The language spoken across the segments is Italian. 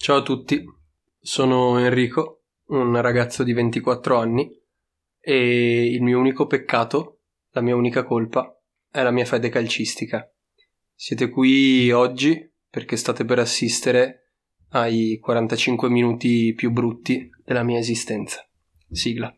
Ciao a tutti, sono Enrico, un ragazzo di 24 anni e il mio unico peccato, la mia unica colpa, è la mia fede calcistica. Siete qui oggi perché state per assistere ai 45 minuti più brutti della mia esistenza. Sigla.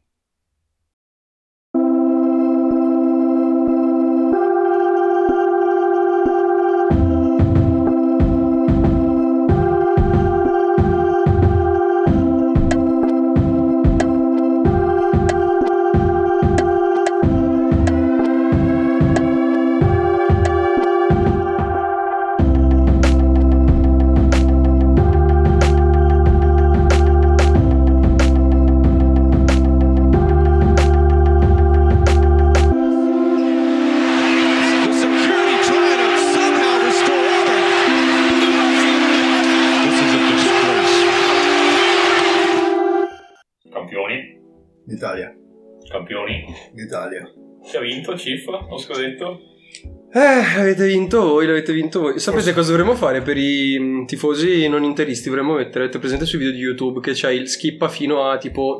D'Italia. Chi ha vinto, Cif? Lo scudetto? Avete vinto voi. Sapete cosa dovremmo fare per i tifosi non interisti? Dovremmo mettere, avete presente sui video di YouTube che c'è il skippa fino a tipo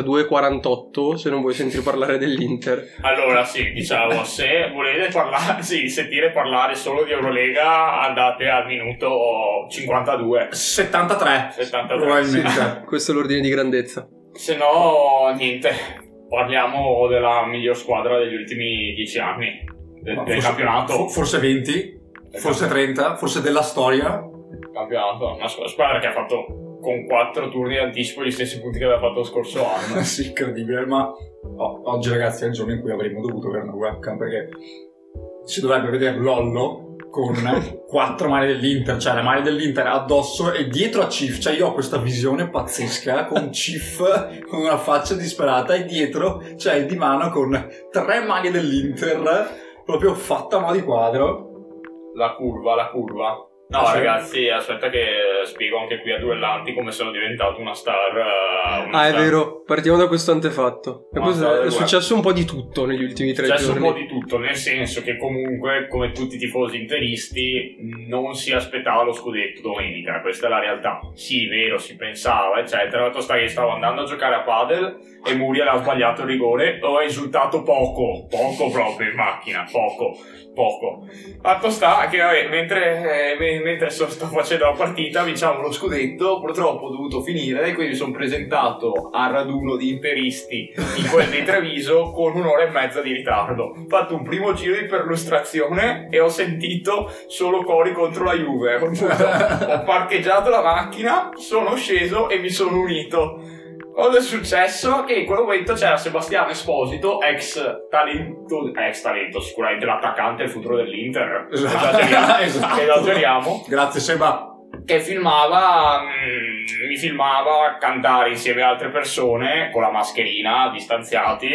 52-48 se non vuoi sentire parlare dell'Inter. Allora sì, diciamo, se volete sentire parlare solo di Eurolega andate al minuto 52 73 probabilmente. Sì, questo è l'ordine di grandezza. Se no, niente, parliamo della miglior squadra degli ultimi 10 anni del campionato. Forse 20, forse 30, forse della storia. Campionato, una squadra che ha fatto con 4 turni di anticipo gli stessi punti che aveva fatto lo scorso anno. Sì, incredibile, ma oggi ragazzi è il giorno in cui avremmo dovuto avere una webcam, perché si dovrebbe vedere Lollo con 4 maglie dell'Inter, cioè le maglie dell'Inter addosso e dietro a Cif, cioè io ho questa visione pazzesca con Cif con una faccia disperata e dietro c'è il Di Mano con 3 maglie dell'Inter proprio fatta a mo' di quadro. La curva. No, sì. Ragazzi, aspetta che spiego anche qui a Duellanti come sono diventato una star. È vero, partiamo da questo antefatto. È successo un po' di tutto negli ultimi 3 giorni. È successo un po' di tutto, nel senso che comunque, come tutti i tifosi interisti, non si aspettava lo scudetto domenica. Questa è la realtà. Sì, vero, si pensava, eccetera. Fatto sta che stavo andando a giocare a padel e Muriel ha sbagliato il rigore. Ho esultato poco proprio in macchina, poco. Fatto sta che vabbè, mentre sto facendo la partita vinciamo lo scudetto, purtroppo ho dovuto finire e quindi mi sono presentato al raduno di interisti in quel di Treviso con 1 ora e mezza di ritardo. Ho fatto un primo giro di perlustrazione e ho sentito solo cori contro la Juve. Ho parcheggiato la macchina, sono sceso e mi sono unito. Cosa è successo? Che in quel momento c'era Sebastiano Esposito, ex talento, sicuramente l'attaccante e il futuro dell'Inter. Esageriamo. Grazie Seba. Che mi filmava cantare insieme a altre persone con la mascherina, distanziati.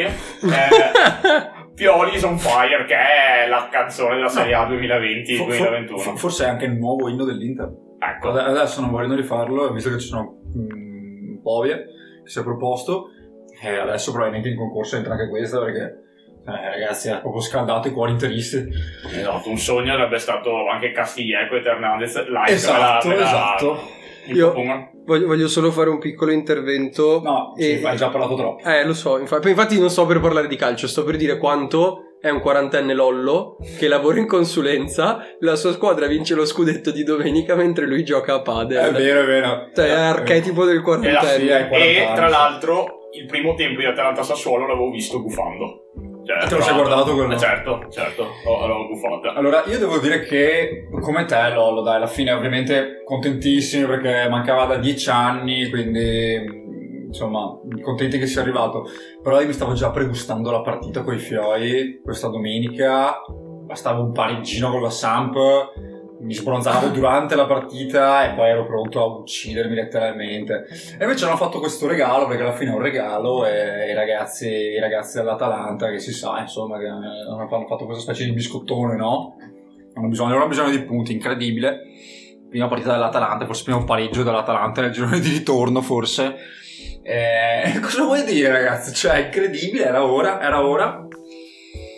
Pioli is on fire, che è la canzone della Serie A 2020-2021. Forse è anche il nuovo inno dell'Inter. Ecco. Adesso non vogliono rifarlo, visto che ci sono un po' ovvie. Si è proposto adesso probabilmente in concorso entra anche questa, perché ragazzi ha proprio scaldato i cuori interisti. Esatto, un sogno sarebbe stato anche Castiglieco e Hernandez live. Esatto. Io voglio solo fare un piccolo intervento. No, hai già parlato troppo. Lo so, infatti non sto per parlare di calcio, sto per dire quanto è un 40enne Lollo che lavora in consulenza, la sua squadra vince lo scudetto di domenica mentre lui gioca a padel. È vero. Cioè, è archetipo del 40enne. E tra l'altro il primo tempo di Atalanta-Sassuolo l'avevo visto gufando. Cioè, te lo sei guardato quello? Certo, l'ho guffata. Allora, io devo dire che, come te, Lollo, dai, alla fine ovviamente contentissimi perché mancava da 10 anni, quindi insomma, contenti che sia arrivato. Però io mi stavo già pregustando la partita coi Fioi questa domenica, bastava un pareggino con la Samp, mi sbronzavo durante la partita e poi ero pronto a uccidermi letteralmente. E invece hanno fatto questo regalo, perché alla fine è un regalo, e i ragazzi dell'Atalanta, che si sa, insomma, che hanno fatto questa specie di biscottone, no? Hanno bisogno di punti, incredibile. Prima partita dell'Atalanta, forse prima un pareggio dell'Atalanta nel girone di ritorno, forse. Cosa vuoi dire, ragazzi? Cioè, incredibile, era ora.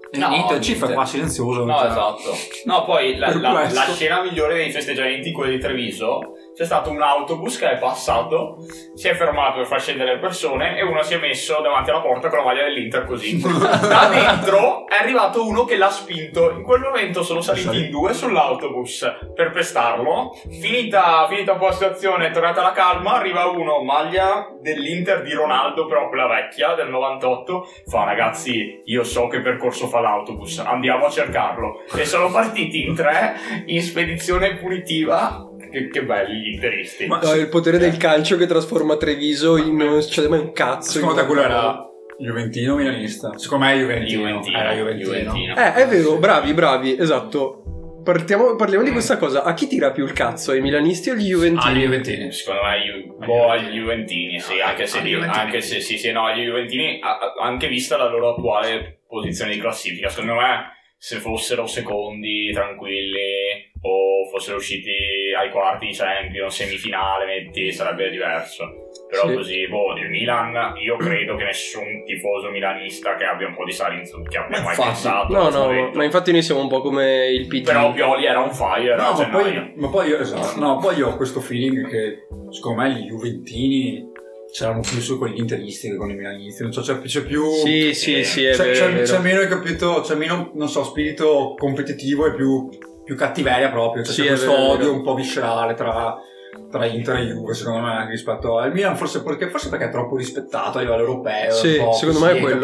E niente, cifra qua silenzioso. No, esatto. No, poi la scena migliore dei festeggiamenti, quelli di Treviso, c'è stato un autobus che è passato, si è fermato per far scendere le persone e uno si è messo davanti alla porta con la maglia dell'Inter così. Da dentro è arrivato uno che l'ha spinto. In quel momento sono saliti in 2 sull'autobus per pestarlo. Finita un po' la situazione, è tornata la calma, arriva uno, maglia dell'Inter di Ronaldo, però quella vecchia del 98, fa: ragazzi, io so che percorso fa l'autobus, andiamo a cercarlo. E sono partiti in 3 in spedizione punitiva. Che belli gli interisti. No, il potere del calcio che trasforma Treviso in non succede mai un cazzo. Secondo te quello era Juventino o milanista? Secondo me Juventino. Era Juventino. È vero, bravi, esatto. Parliamo di questa cosa. A chi tira più il cazzo? Ai milanisti o agli juventini? Agli juventini. Secondo me agli juventini, sì, anche se sì, no, agli juventini, anche vista la loro attuale posizione di classifica. Secondo me, se fossero secondi, tranquilli, o fossero usciti ai quarti di Champions, semifinale, metti, sarebbe diverso. Però sì. Così, il Milan, io credo che nessun tifoso milanista che abbia un po' di sale in zucchia abbia mai pensato. No, ma infatti noi siamo un po' come il PD. Però Pioli era on fire. Ma poi io ho questo feeling che secondo me gli juventini c'erano più su con gli interisti che con i milanisti, non so, c'è più sì, è vero. C'è meno, hai capito, c'è meno, non so, spirito competitivo e più cattiveria proprio, c'è questo odio un po' viscerale tra Inter e Juve, secondo me, rispetto al Milan, forse perché è troppo rispettato a livello europeo. Sì, secondo me è quello.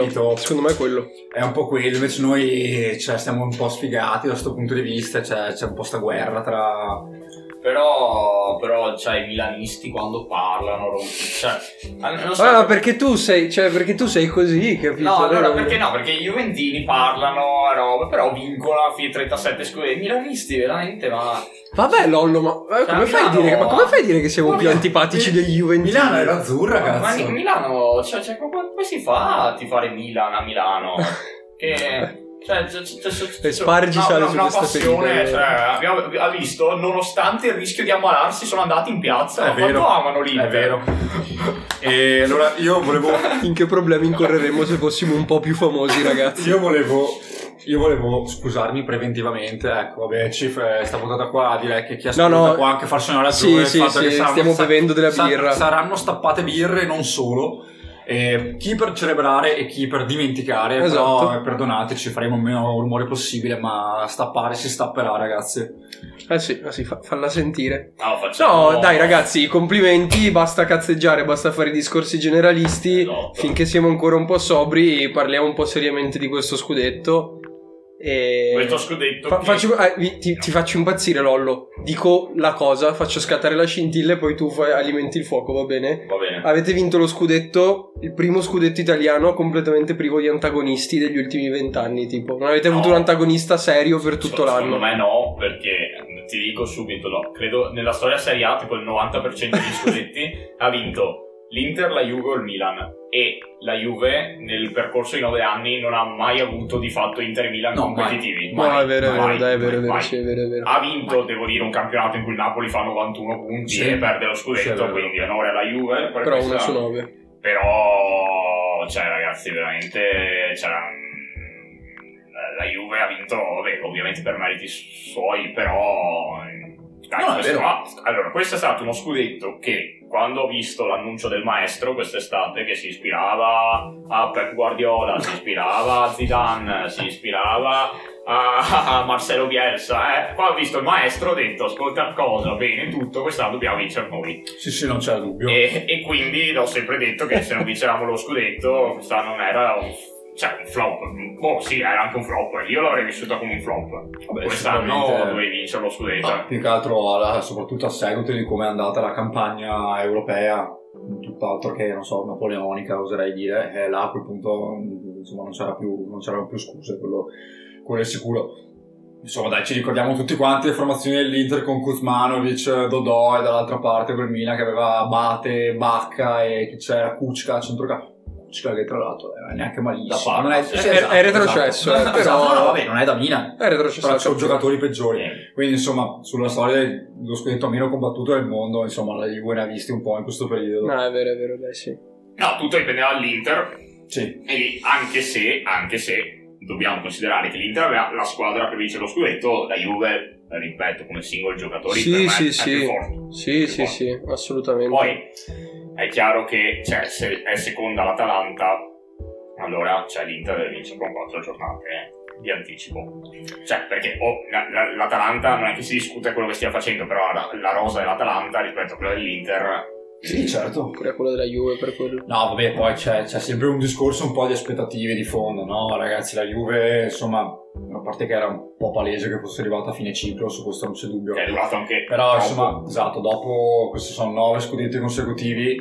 È un po' quello, invece noi stiamo un po' sfigati da questo punto di vista, c'è un po' sta guerra tra... Però i milanisti quando parlano, non so, perché tu sei così, capito? No, allora perché i juventini parlano roba, però vincono a fine 37 scudetti. I milanisti veramente, ma vabbè, Lollo, ma come fai a dire che siamo più antipatici degli juventini? Milano era azzurra, cazzo. Ma Milano, come si fa a tifare Milan a Milano? Che spargi sale su questa passione, abbiamo visto, nonostante il rischio di ammalarsi, sono andati in piazza. Quanto amano l'Inter? È vero. E allora io volevo... In che problemi incorreremmo se fossimo un po' più famosi, ragazzi? Io volevo scusarmi preventivamente, ecco, vabbè, sta puntata qua direi che chi ascolta può anche farsi una ragione. Sì, stiamo bevendo della birra. Saranno stappate birre, non solo. Chi per celebrare e chi per dimenticare, esatto. Però perdonateci, faremo il meno rumore possibile, ma stappare si stapperà, ragazzi. Sì, falla sentire. No, dai ragazzi, complimenti, basta cazzeggiare, basta fare discorsi generalisti, esatto. Finché siamo ancora un po' sobri parliamo un po' seriamente di questo scudetto. Questo scudetto ti faccio impazzire, Lollo. Dico la cosa, faccio scattare la scintilla e poi tu alimenti il fuoco, va bene? Va bene. Avete vinto lo scudetto, il primo scudetto italiano completamente privo di antagonisti degli ultimi 20 anni, tipo. Non avete avuto un antagonista serio per tutto l'anno? Secondo me no, perché ti dico subito, no. Credo nella storia Serie A tipo il 90% degli scudetti ha vinto l'Inter, la Juve o il Milan, e la Juve nel percorso di 9 anni non ha mai avuto di fatto Inter e Milan competitivi. È vero, è vero. Ha vinto, devo dire, un campionato in cui il Napoli fa 91 punti e perde lo scudetto, quindi onore alla Juve. Però 1 su 9. Però, ragazzi, veramente la Juve ha vinto, ovviamente per meriti suoi, però... Allora, questo è stato uno scudetto che, quando ho visto l'annuncio del maestro quest'estate, che si ispirava a Pep Guardiola, si ispirava a Zidane, si ispirava a Marcelo Bielsa, qua ho visto il maestro, ho detto: ascolta, cosa, bene tutto, quest'anno dobbiamo vincere noi. Sì, non c'è dubbio. E quindi ho sempre detto che se non vincevamo lo scudetto quest'anno non era un flop. Sì, era anche un flop. Io l'avrei vissuta come un flop. Quest'anno dovevi vincere lo scudetto. Più che altro, soprattutto a seguito di come è andata la campagna europea, tutt'altro che, non so, napoleonica, oserei dire. Là a quel punto, insomma, non c'erano più scuse, quello è sicuro. Insomma, dai, ci ricordiamo tutti quanti le formazioni dell'Inter con Kuzmanovic, Dodò, e dall'altra parte quel Milan che aveva Abate, Bacca e chi c'era, Kučka a centrocampo. Che tra l'altro è neanche malissimo, non è retrocesso, però non è da Milan, è retrocesso, però c'è giocatori peggiori, quindi insomma sulla storia dello scudetto meno combattuto del mondo, insomma la Juve ne ha visti un po' in questo periodo. No, è vero, dai, sì. No, tutto dipendeva dall'Inter, sì, e anche se dobbiamo considerare che l'Inter aveva la squadra per vincere lo scudetto, la Juve, ripeto, come singoli giocatori per me è più forte. Sì, assolutamente. Poi è chiaro che se è seconda l'Atalanta, allora l'Inter deve vincere con 4 giornate di anticipo, perché l'Atalanta non è che si discute quello che stia facendo, però la rosa dell'Atalanta rispetto a quella dell'Inter. Sì, certo. Pure quello della Juve per quello. No, vabbè, poi c'è sempre un discorso un po' di aspettative di fondo, no? Ragazzi, la Juve, insomma, a parte che era un po' palese che fosse arrivata a fine ciclo, su questo non c'è dubbio. Che è durato anche. Però, insomma, esatto, dopo questi sono 9 scudetti consecutivi,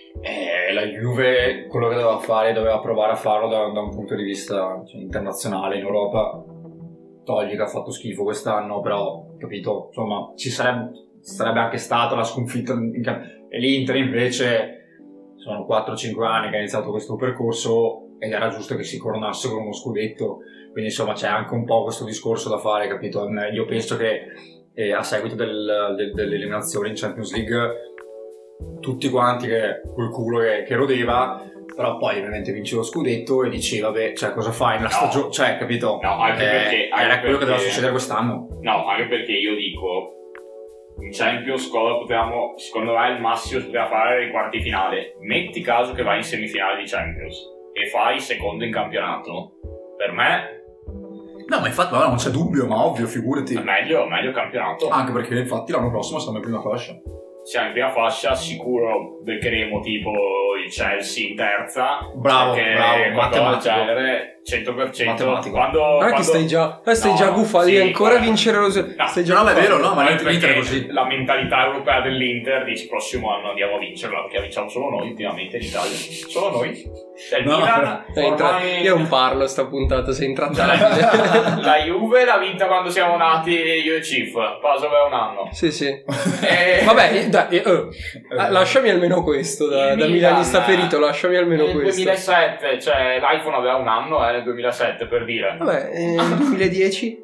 la Juve quello che doveva provare a farlo da un punto di vista internazionale in Europa. Togli che ha fatto schifo quest'anno, però, capito, insomma, ci sarebbe anche stata la sconfitta e l'Inter invece sono 4-5 anni che ha iniziato questo percorso ed era giusto che si coronasse con uno scudetto, quindi insomma c'è anche un po' questo discorso da fare, capito? Io penso che a seguito dell'eliminazione in Champions League tutti quanti quel culo che rodeva, però poi ovviamente vince lo scudetto e dici vabbè, cosa fai nella stagione, capito? No, anche perché era quello che doveva succedere quest'anno. No, anche perché io dico in Champions cosa potevamo, secondo me il massimo si poteva fare ai quarti finale. Metti caso che vai in semifinale di Champions e fai secondo in campionato, per me no, ma infatti non c'è dubbio, ma ovvio, figurati, meglio campionato, anche perché infatti l'anno prossimo siamo in prima fascia. Siamo in prima fascia, sicuro beccheremo tipo il Chelsea in terza. Bravo, qualcosa del genere, 100%. Quando stai già guffando, devi ancora vincere lo stai già è vero, no, ma l'Inter è così. La mentalità europea dell'Inter dice prossimo anno andiamo a vincerla, perché vinciamo solo noi ultimamente in Italia. Solo noi. Milan ormai... Io non parlo sta puntata, sei intrattabile. La Juve l'ha vinta quando siamo nati io e Cif, Paso aveva un anno. Sì. Vabbè, dai, lasciami almeno questo da milanista ferito, lasciami almeno nel questo. Nel 2007, l'iPhone aveva un anno, nel 2007 per dire. Vabbè, nel 2010?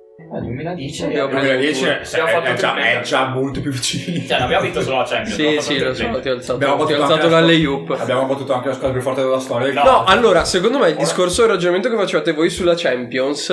2010 è già molto più vicino. Abbiamo vinto solo la Champions. Sì, lo so, ti ho alzato l'alley-oop. Abbiamo battuto anche la squadra più forte della storia. No, allora, secondo me il discorso, il ragionamento che facevate voi sulla Champions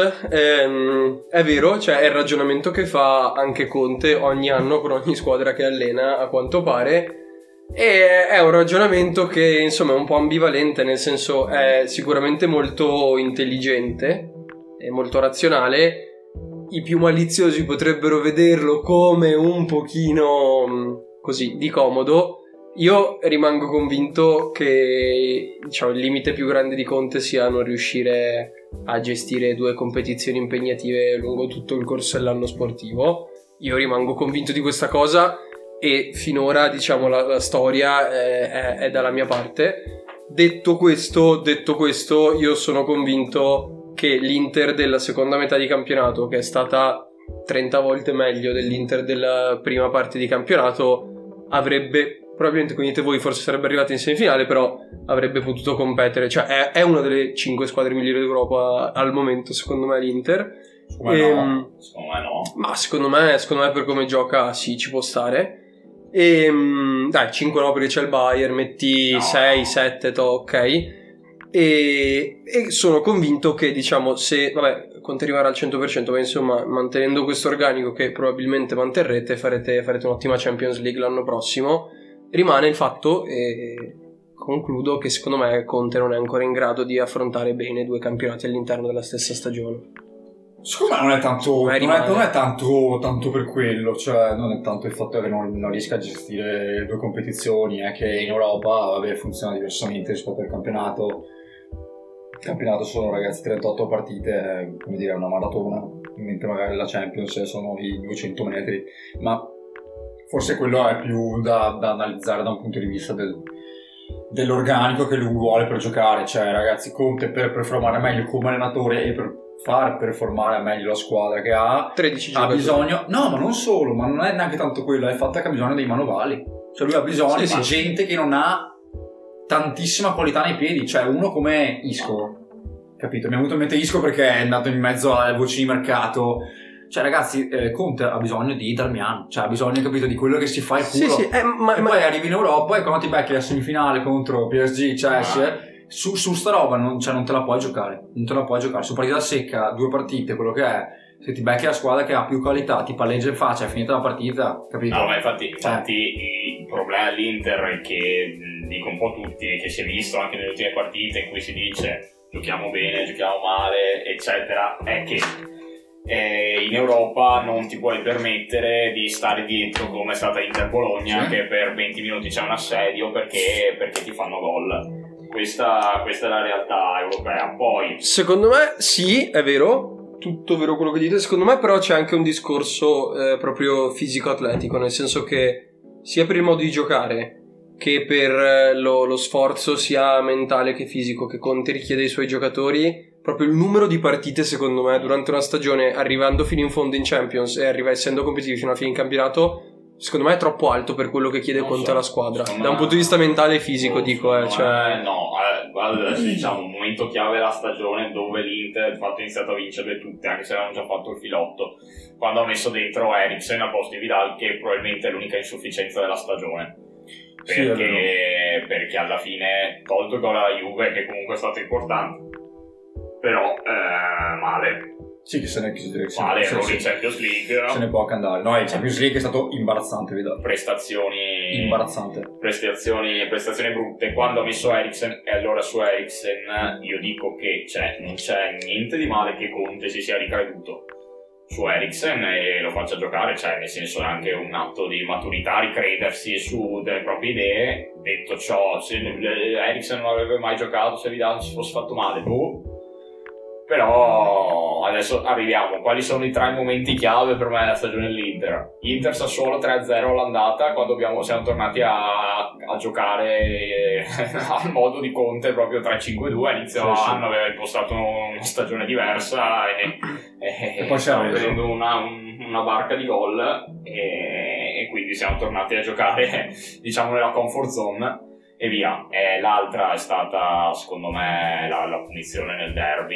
è vero, è il ragionamento che fa anche Conte ogni anno con ogni squadra che allena, a quanto pare. E è un ragionamento che insomma è un po' ambivalente, nel senso è sicuramente molto intelligente e molto razionale. I più maliziosi potrebbero vederlo come un pochino così di comodo. Io rimango convinto che il limite più grande di Conte sia non riuscire a gestire 2 competizioni impegnative lungo tutto il corso dell'anno sportivo. Io rimango convinto di questa cosa e finora la storia è dalla mia parte. Detto questo, io sono convinto che l'Inter della seconda metà di campionato, che è stata 30 volte meglio dell'Inter della prima parte di campionato, avrebbe probabilmente, come dite voi, forse sarebbe arrivata in semifinale, però avrebbe potuto competere, è una delle 5 squadre migliori d'Europa al momento, secondo me, l'Inter. Secondo me no. Ma secondo me per come gioca sì, ci può stare. E dai, 5 no, perché c'è il Bayern, metti 6, 7, ok. E sono convinto che se Conte arriverà al 100%, ma insomma mantenendo questo organico che probabilmente manterrete, farete un'ottima Champions League l'anno prossimo. Rimane il fatto, e concludo, che secondo me Conte non è ancora in grado di affrontare bene 2 campionati all'interno della stessa stagione. Secondo me non è tanto per quello, non è tanto il fatto che non riesca a gestire 2 competizioni, è che in Europa funziona diversamente rispetto al campionato. Il campionato sono, ragazzi, 38 partite, come dire, una maratona, mentre magari la Champions sono i 200 metri, ma forse quello è più da analizzare da un punto di vista dell'organico che lui vuole per giocare. Ragazzi, Conte per performare meglio come allenatore e per far performare meglio la squadra che ha 13 ha bisogno, no, ma non solo, ma non è neanche tanto quello, è il fatto che ha bisogno dei manovali, lui ha bisogno di gente che non ha tantissima qualità nei piedi, uno come Isco, capito? Mi è venuto in mente Isco perché è andato in mezzo alle voci di mercato. Ragazzi, Conte ha bisogno di Darmian, ha bisogno, capito, di quello che si fa il culo. Poi arrivi in Europa e quando ti becchi la semifinale contro PSG, Chelsea, su sta roba non te la puoi giocare, su partita secca, 2 partite, quello che è, se ti becchi la squadra che ha più qualità, ti palleggia in faccia, è finita la partita, capito? No, ma infatti il problema dell'Inter è che dico un po' tutti, che si è visto anche nelle ultime partite in cui si dice giochiamo bene, giochiamo male, eccetera, è che in Europa non ti puoi permettere di stare dietro come è stata Inter-Bologna, che per 20 minuti c'è un assedio perché ti fanno gol. Questa è la realtà europea. Poi secondo me sì, è vero, tutto vero quello che dite. Secondo me però c'è anche un discorso proprio fisico-atletico, nel senso che sia per il modo di giocare che per lo sforzo sia mentale che fisico che Conte richiede ai suoi giocatori, proprio il numero di partite secondo me durante una stagione, arrivando fino in fondo in Champions e essendo competitivi fino alla fine in campionato, secondo me è troppo alto per quello che chiede Conte alla squadra, da un punto di vista mentale e fisico, adesso diciamo un momento chiave della stagione dove l'Inter di fatto ha iniziato a vincerle tutte, anche se avevano già fatto il filotto, quando ha messo dentro Eriksen al posto di Vidal, che probabilmente è l'unica insufficienza della stagione, perché alla fine, tolto il gol alla Juve, che comunque è stato importante, però male. Sì, che se ne male, errori in Champions League. Se ne può andare. No, il Champions League è stato imbarazzante, vedo. Prestazioni brutte. Quando ha messo Eriksen, e allora su Eriksen io dico che non c'è niente di male che Conte si sia ricreduto su Eriksen e lo faccia giocare, nel senso è anche un atto di maturità, ricredersi su delle proprie idee. Detto ciò, se Eriksen non avrebbe mai giocato, se Vidal si fosse fatto male, però adesso arriviamo. Quali sono i 3 momenti chiave per me della stagione dell'Inter? Inter Sassuolo 3-0 all'andata, quando siamo tornati a giocare al modo di Conte, proprio 3-5-2. A inizio anno aveva impostato una stagione diversa e poi stiamo vedendo una barca di gol e quindi siamo tornati a giocare diciamo nella comfort zone e via. L'altra è stata secondo me la punizione nel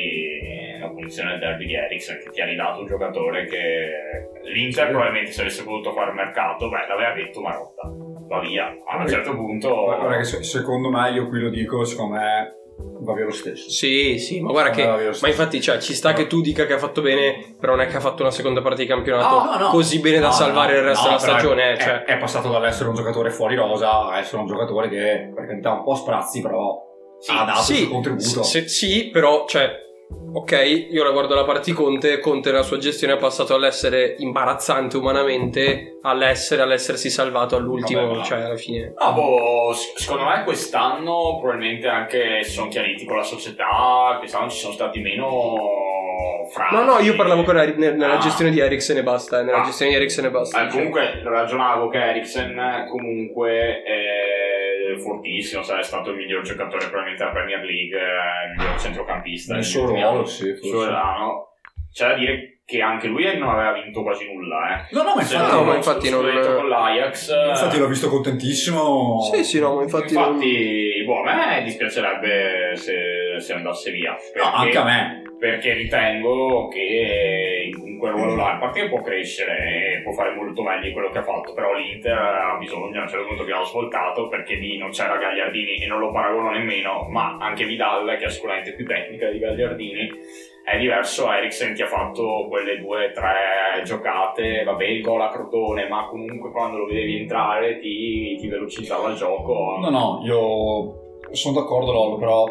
derby di Eriksen, che ti ha ridato un giocatore che l'Inter probabilmente se avesse voluto fare mercato l'aveva detto Marotta, va via a un certo punto. Guarda che secondo me, io qui lo dico, secondo me va via lo stesso. Sì, ma guarda che ma infatti ci sta che tu dica che ha fatto bene, però non è che ha fatto una seconda partita di campionato così bene da salvare il resto della stagione. È passato dall'essere un giocatore fuori rosa a essere un giocatore che per carità un po' sprazzi, però ha dato il suo contributo. Sì, però ok, io la guardo la parte di Conte nella sua gestione è passato dall'essere imbarazzante umanamente all'essersi salvato all'ultimo, alla fine. Secondo me quest'anno probabilmente anche si sono chiariti con la società, quest'anno ci sono stati meno frasi. No, io parlavo nella gestione di Eriksen e basta, gestione di Eriksen e basta. Comunque ragionavo che Eriksen comunque fortissimo, è stato il miglior giocatore probabilmente della Premier League, il miglior centrocampista nel suo ruolo, sì, c'è da dire che anche lui non aveva vinto quasi nulla, ma infatti non con l'Ajax, infatti l'ho visto contentissimo. Infatti a me dispiacerebbe se andasse via, anche a me, perché ritengo che in quel ruolo là, a parte che può crescere e può fare molto meglio di quello che ha fatto, però l'Inter ha bisogno, a un certo punto abbiamo svoltato, perché lì non c'era Gagliardini e non lo paragono nemmeno, ma anche Vidal, che è sicuramente più tecnica di Gagliardini, è diverso. Eriksen ti ha fatto quelle 2-3 giocate, il gol a Crotone, ma comunque quando lo vedevi entrare ti velocizzava il gioco. No, io sono d'accordo, Lollo, però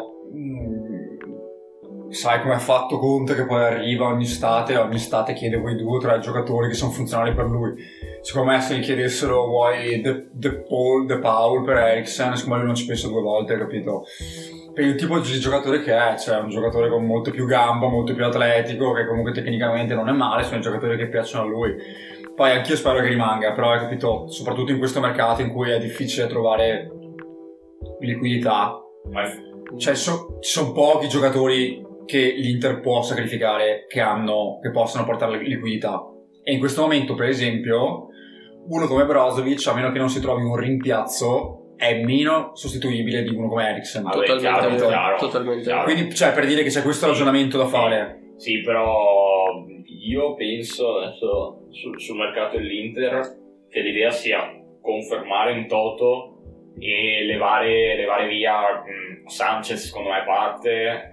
sai come ha fatto Conte, che poi arriva ogni estate chiede quei 2 o 3 giocatori che sono funzionali per lui. Secondo me se gli chiedessero vuoi De Paul per Eriksen, secondo me lui non ci pensa 2 volte, capito? Per il tipo di giocatore che è, un giocatore con molto più gamba, molto più atletico, che comunque tecnicamente non è male, sono i giocatori che piacciono a lui. Poi anch'io spero che rimanga, però hai capito, soprattutto in questo mercato in cui è difficile trovare liquidità, ci sono pochi giocatori che l'Inter può sacrificare, che possono portare liquidità, e in questo momento per esempio uno come Brozovic, a meno che non si trovi un rimpiazzo, è meno sostituibile di uno come Eriksen. Totalmente. Chiaro. Quindi per dire che c'è questo ragionamento da fare. Sì, però io penso adesso sul mercato dell'Inter che l'idea sia confermare in toto e levare via Sanchez, secondo me parte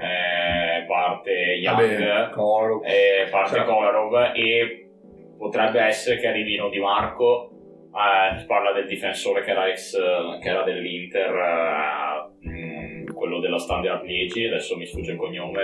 Young, Kolarov. parte Kolarov, e potrebbe essere che arrivino Di Marco. Si parla del difensore che era dell'Inter, quello della Standard Liegi, adesso mi sfugge il cognome,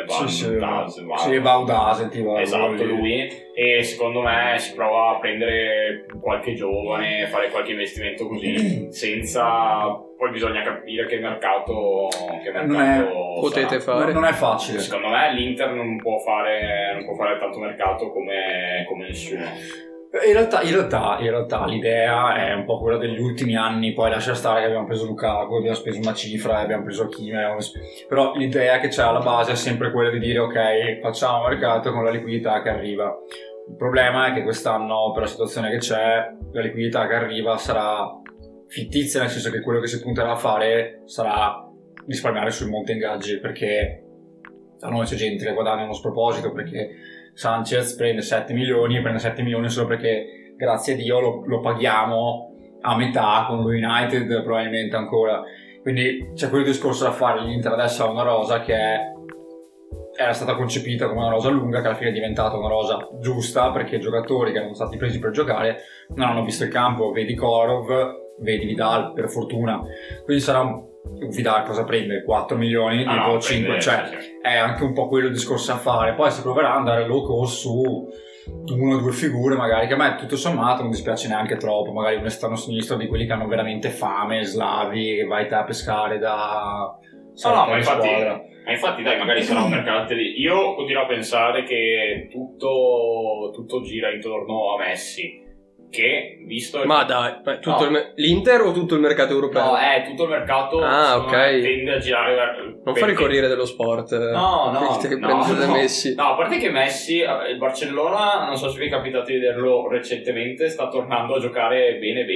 Baudase, esatto, lui, e secondo me si prova a prendere qualche giovane, fare qualche investimento così, senza, poi bisogna capire che mercato potete fare. Non è facile. Secondo me l'Inter non può fare tanto mercato come nessuno. In realtà l'idea è un po' quella degli ultimi anni, poi lascia stare che abbiamo preso Lukaku, abbiamo speso una cifra, abbiamo preso Hakimi, però l'idea che c'è alla base è sempre quella di dire ok, facciamo mercato con la liquidità che arriva. Il problema è che quest'anno, per la situazione che c'è, la liquidità che arriva sarà fittizia, nel senso che quello che si punterà a fare sarà risparmiare sui monte ingaggi, perché a noi c'è gente che guadagna uno sproposito, perché Sanchez prende 7 milioni solo perché, grazie a Dio, lo paghiamo a metà con lo United probabilmente ancora. Quindi c'è quel discorso da fare. L'Inter adesso ha una rosa che era stata concepita come una rosa lunga, che alla fine è diventata una rosa giusta, perché i giocatori che erano stati presi per giocare non hanno visto il campo. Vedi Kolarov, vedi Vidal, per fortuna. Quindi sarà un Vidal cosa prende? 4 milioni, tipo 5, cioè è anche un po' quello il discorso a fare. Poi si proverà ad andare low cost su 1 o 2 figure, magari, che a me tutto sommato non dispiace neanche troppo, magari un esterno sinistro di quelli che hanno veramente fame, slavi, che vai te a pescare da ma infatti dai, magari sarà un mercato io continuo a pensare che tutto gira intorno a Messi, che visto l'Inter o tutto il mercato europeo? No, è tutto il mercato. Tende a girare non fare il Corriere dello Sport. No, Messi. No, a parte che Messi, il Barcellona, non so se vi è capitato di vederlo recentemente, sta tornando a giocare bene.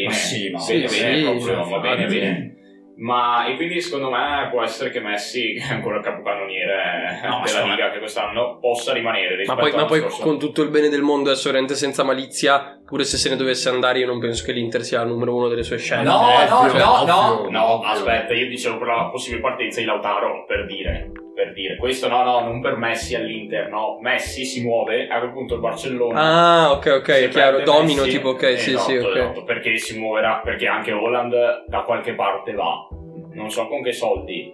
Bene. Ma e quindi secondo me può essere che Messi, che è ancora il capocannoniere della Liga, che quest'anno possa rimanere. Ma poi con tutto il bene del mondo, adesso veramente senza malizia, pure se se ne dovesse andare, io non penso che l'Inter sia il numero 1 delle sue scelte. No, aspetta, io dicevo per la possibile partenza di Lautaro, per dire questo, non per Messi all'Inter, no, Messi si muove, a quel punto il Barcellona ok, chiaro, domino Messi, tipo, ok, esatto, perché si muoverà, perché anche Haaland da qualche parte va, non so con che soldi,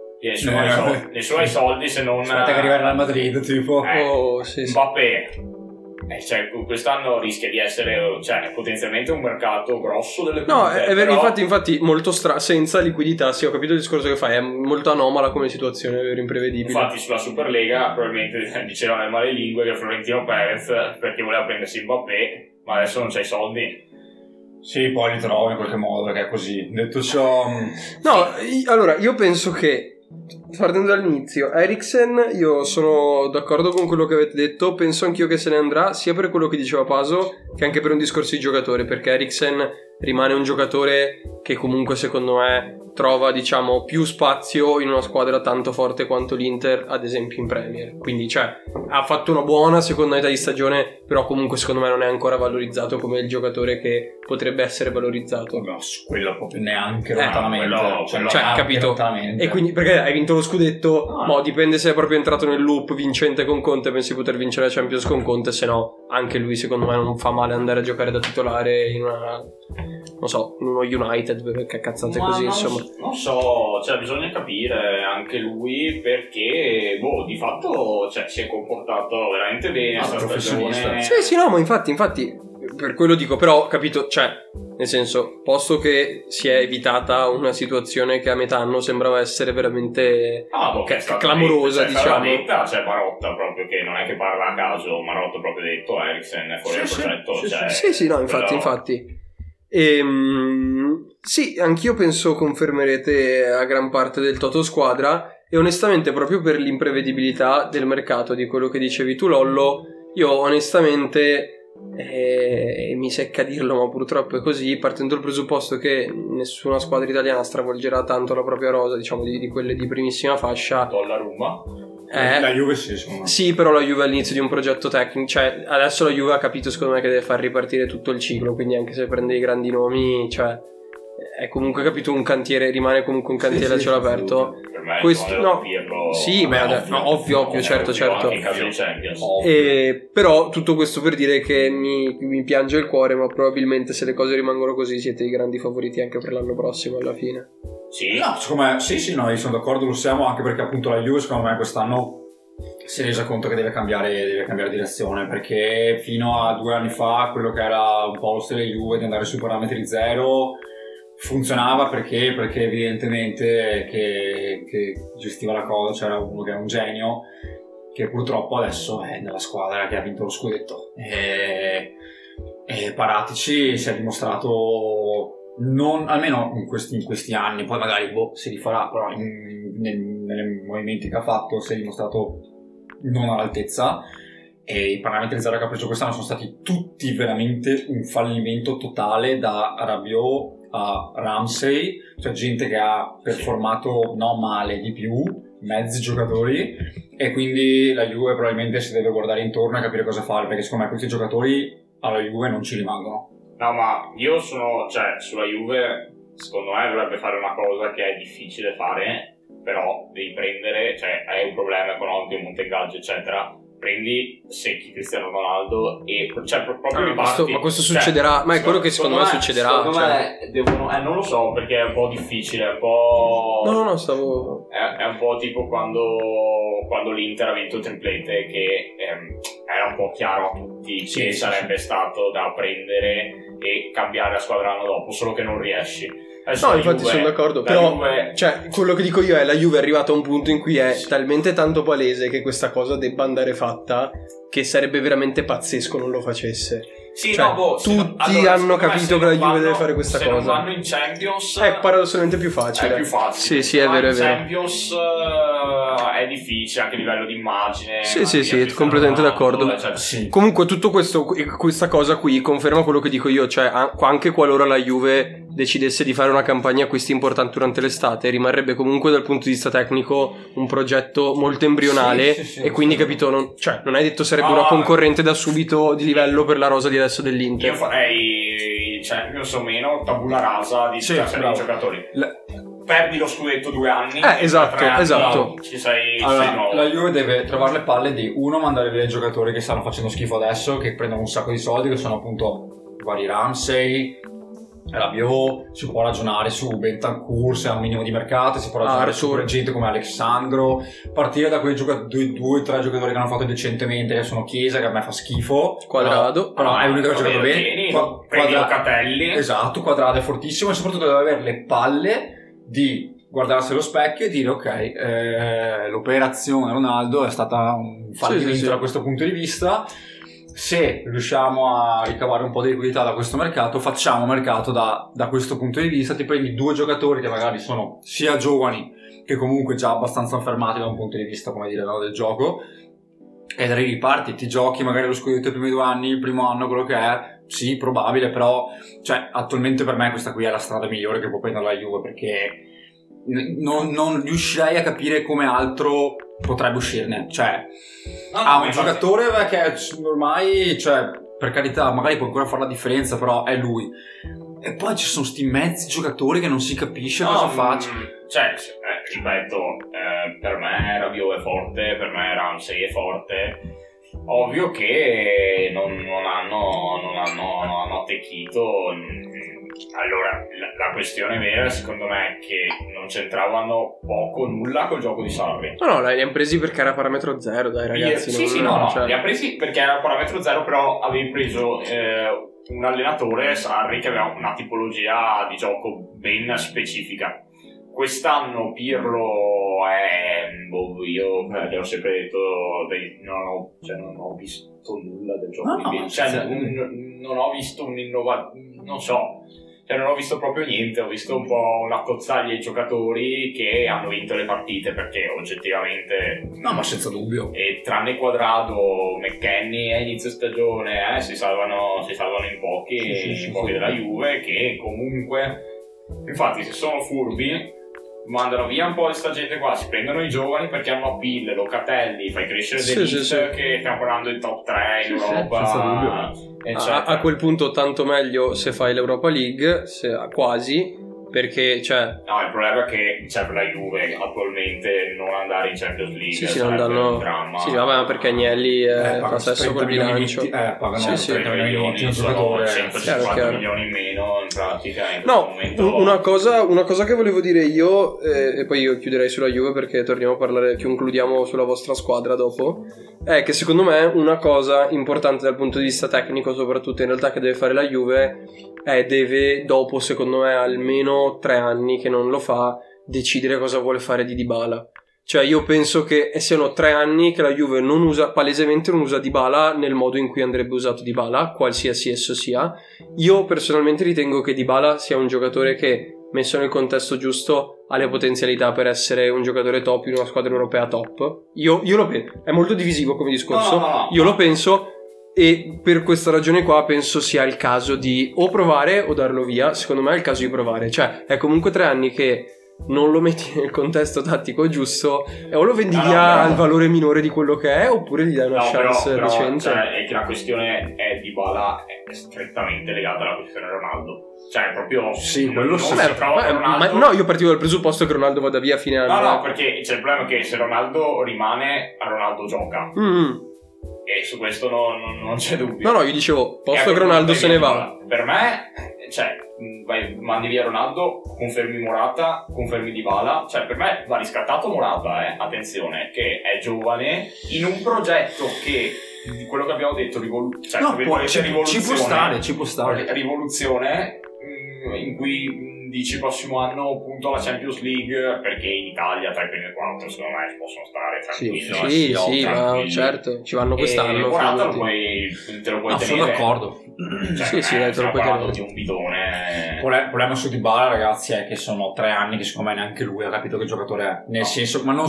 i suoi soldi, se non aspetta che arrivare al Madrid, tipo Mbappé. Cioè, quest'anno rischia di essere potenzialmente un mercato grosso delle punte. No, è vero, però... infatti molto senza liquidità, sì, ho capito il discorso che fai, è molto anomala come situazione, è vero, imprevedibile. Infatti sulla Superlega probabilmente dicevano le male lingue che Florentino Perez, perché voleva prendersi Mbappé, ma adesso non c'ha i soldi. Sì, poi li trovo in qualche modo, perché è così. Detto ciò... Allora, io penso che, partendo dall'inizio, Eriksen, io sono d'accordo con quello che avete detto, penso anch'io che se ne andrà, sia per quello che diceva Paso che anche per un discorso di giocatore, perché Eriksen rimane un giocatore che comunque secondo me trova, diciamo, più spazio in una squadra tanto forte quanto l'Inter, ad esempio in Premier. Quindi, ha fatto una buona seconda metà di stagione, però comunque secondo me non è ancora valorizzato come il giocatore che potrebbe essere valorizzato. No, su quello proprio neanche lontanamente. Capito? E quindi, perché hai vinto lo scudetto, dipende se è proprio entrato nel loop vincente con Conte, pensi di poter vincere la Champions con Conte, se no anche lui secondo me non fa male andare a giocare da titolare in uno United, perché cazzate così, insomma. Non so, bisogna capire anche lui, perché di fatto si è comportato veramente bene sta stagione. Sì, no, ma infatti per quello dico, però capito, nel senso, posto che si è evitata una situazione che a metà anno sembrava essere veramente clamorosa, diciamo. Marotta proprio, che non è che parla a caso, Marotta proprio detto, Eriksen è fuori dal progetto. Sì, no, infatti. Sì, anch'io penso confermerete a gran parte del toto squadra, e onestamente proprio per l'imprevedibilità del mercato, di quello che dicevi tu Lollo, io onestamente mi secca dirlo, ma purtroppo è così, partendo dal presupposto che nessuna squadra italiana stravolgerà tanto la propria rosa, diciamo di quelle di primissima fascia. Donnarumma. La Juve sì, però la Juve all'inizio di un progetto tecnico, adesso la Juve ha capito secondo me che deve far ripartire tutto il ciclo, quindi anche se prende i grandi nomi, è comunque, capito, un cantiere, rimane comunque un cantiere a cielo aperto. Per me Questo no, Pirlo, sì, ma ovvio, certo. Anche in caso di Champions. Però tutto questo per dire che mi piange il cuore, ma probabilmente se le cose rimangono così siete i grandi favoriti anche per l'anno prossimo alla fine. Sì, no, secondo me, sì, no, io sono d'accordo, lo siamo, anche perché appunto la Juve secondo me quest'anno si è resa conto che deve cambiare direzione, perché fino a 2 anni fa quello che era un po' lo stile Juve di andare sui parametri zero funzionava perché evidentemente che gestiva la cosa c'era uno che è un genio, che purtroppo adesso è nella squadra che ha vinto lo scudetto, e Paratici si è dimostrato, non, almeno in questi anni, poi magari si rifarà, però nei movimenti che ha fatto si è dimostrato non all'altezza, e i parametri zero che ha preso quest'anno sono stati tutti veramente un fallimento totale, da Rabiot a Ramsey, cioè gente che ha performato non male di più, mezzi giocatori, e quindi la Juve probabilmente si deve guardare intorno e capire cosa fare, perché secondo me questi giocatori alla Juve non ci rimangono. No, ma io sulla Juve, secondo me dovrebbe fare una cosa che è difficile fare, però devi prendere, cioè hai un problema economico, un monte ingaggi eccetera, prendi secchi Cristiano Ronaldo e cioè proprio riparti. Ma questo succederà, ma è quello che secondo me succederà. Secondo me devono, non lo so, perché è un po' difficile, è un po'... No, stavo... È un po' tipo quando l'Inter ha vinto il triplete, che era un po' chiaro a tutti che sarebbe stato da prendere e cambiare la squadra l'anno dopo, solo che non riesci. Adesso no, infatti sono d'accordo, però cioè, quello che dico io è la Juve è arrivata a un punto in cui è talmente tanto palese che questa cosa debba andare fatta, che sarebbe veramente pazzesco non lo facesse. Sì, cioè, tutti hanno capito che la Juve deve fare questa cosa. Se non vanno in Champions è paradossalmente più facile. È più facile. Sì, è vero, è vero. In Champions è difficile anche a livello di immagine. Sì, completamente d'accordo. Sì. Comunque tutto questo, questa cosa qui conferma quello che dico io, cioè anche qualora la Juve decidesse di fare una campagna acquisti importante durante l'estate, rimarrebbe comunque dal punto di vista tecnico un progetto molto embrionale, e quindi capito, non è detto sarebbe una concorrente da subito di livello per la rosa di adesso dell'Inter. Io farei Champions o meno tabula rasa di tutta serie di giocatori. Perdi lo scudetto 2 anni, esatto. Ci sei nuovo. La Juve deve trovare le palle di mandare via i giocatori che stanno facendo schifo adesso, che prendono un sacco di soldi, che sono appunto vari Ramsey, Rabiot, si può ragionare su Bentancur se ha un minimo di mercato, si può ragionare su gente come Alessandro, partire da quei 2 o 3 giocatori che hanno fatto decentemente, che sono Chiesa, che a me fa schifo, Quadrado, però è l'unico che ha giocato bene, Locatelli, esatto, Quadrado è fortissimo, e soprattutto deve avere le palle di guardarsi allo specchio e dire ok, l'operazione Ronaldo è stata un fallimento da questo punto di vista. Se riusciamo a ricavare un po' di liquidità da questo mercato, facciamo mercato da questo punto di vista. Ti prendi 2 giocatori che magari sono sia giovani che comunque già abbastanza affermati da un punto di vista, come dire, del gioco, e da lì riparti, ti giochi magari lo scudetto i primi 2 anni, il primo anno, quello che è, sì, probabile, però cioè attualmente per me questa qui è la strada migliore che può prendere la Juve, perché non riuscirei a capire come altro potrebbe uscirne, cioè un giocatore che ormai, cioè, per carità, magari può ancora fare la differenza, però è lui, e poi ci sono sti mezzi giocatori che non si capisce cosa faccia. Cioè, ripeto, per me Rabiot è forte, per me Ramsey è forte. Ovvio che non hanno attecchito. Allora, la questione vera secondo me è che non c'entravano poco nulla col gioco di Sarri. No, li hanno presi perché era parametro zero, dai ragazzi. Sì, li hanno presi perché era parametro zero, però avevi preso un allenatore, Sarri, che aveva una tipologia di gioco ben specifica. Quest'anno Pirlo io gli ho sempre detto non ho visto nulla del gioco di Pirlo, non ho visto non so, cioè non ho visto proprio niente, ho visto un po' una cozzaglia di giocatori che hanno vinto le partite, perché oggettivamente ma senza dubbio, e tranne Quadrado, McKennie a inizio stagione si salvano in pochi della Juve, che comunque, infatti, se sono furbi mandano via un po' di sta gente qua, si prendono i giovani perché hanno appeal, Locatelli, fai crescere che stiamo parlando di top 3 in Europa, A quel punto tanto meglio se fai l'Europa League, quasi, perché No, il problema è che per la Juve attualmente non andare in Champions League sì, non danno... un dramma. Sì, vabbè, ma perché Agnelli fa sesso col bilancio. Pagano 30 milioni, sono 150 chiaro. milioni in meno in pratica. Una cosa che volevo dire io, e poi io chiuderei sulla Juve perché torniamo a parlare, concludiamo sulla vostra squadra dopo, è che secondo me una cosa importante dal punto di vista tecnico, soprattutto in realtà, che deve fare la Juve deve, dopo secondo me almeno 3 anni che non lo fa, decidere cosa vuole fare di Dybala. Cioè io penso che siano 3 anni che la Juve palesemente non usa Dybala nel modo in cui andrebbe usato Dybala, qualsiasi esso sia. Io personalmente ritengo che Dybala sia un giocatore che, messo nel contesto giusto, ha le potenzialità per essere un giocatore top in una squadra europea top. Io lo penso, è molto divisivo come discorso. No. Io lo penso, e per questa ragione qua penso sia il caso di o provare o darlo via. Secondo me è il caso di provare, cioè è comunque 3 anni che non lo metti nel contesto tattico giusto e o lo vendi via al valore minore di quello che è, oppure gli dai una chance decente. È che la questione è Dybala è strettamente legata alla questione Ronaldo. Cioè proprio sì, quello non sì. si trova Ronaldo. No, io partivo dal presupposto che Ronaldo vada via a fine anno. No, perché c'è il problema che se Ronaldo rimane, a Ronaldo gioca. E su questo non c'è dubbio. No, io dicevo, posto che Ronaldo se ne va. Per me, mandi via Ronaldo, confermi Morata, confermi Dybala. Cioè, per me va riscattato Morata, attenzione, che è giovane, in un progetto che, di quello che abbiamo detto, ci può stare. Rivoluzione, in cui dici prossimo anno punto alla Champions League, perché in Italia tra i primi 4 secondo me ci possono stare tranquilli. Ma certo, ci vanno quest'anno. Morata te lo puoi tenere. Sono d'accordo. Te lo puoi tenere. Di un bidone. Il problema su Dybala, ragazzi, è che sono 3 anni che secondo me neanche lui ha capito che giocatore è. Nel senso, ma non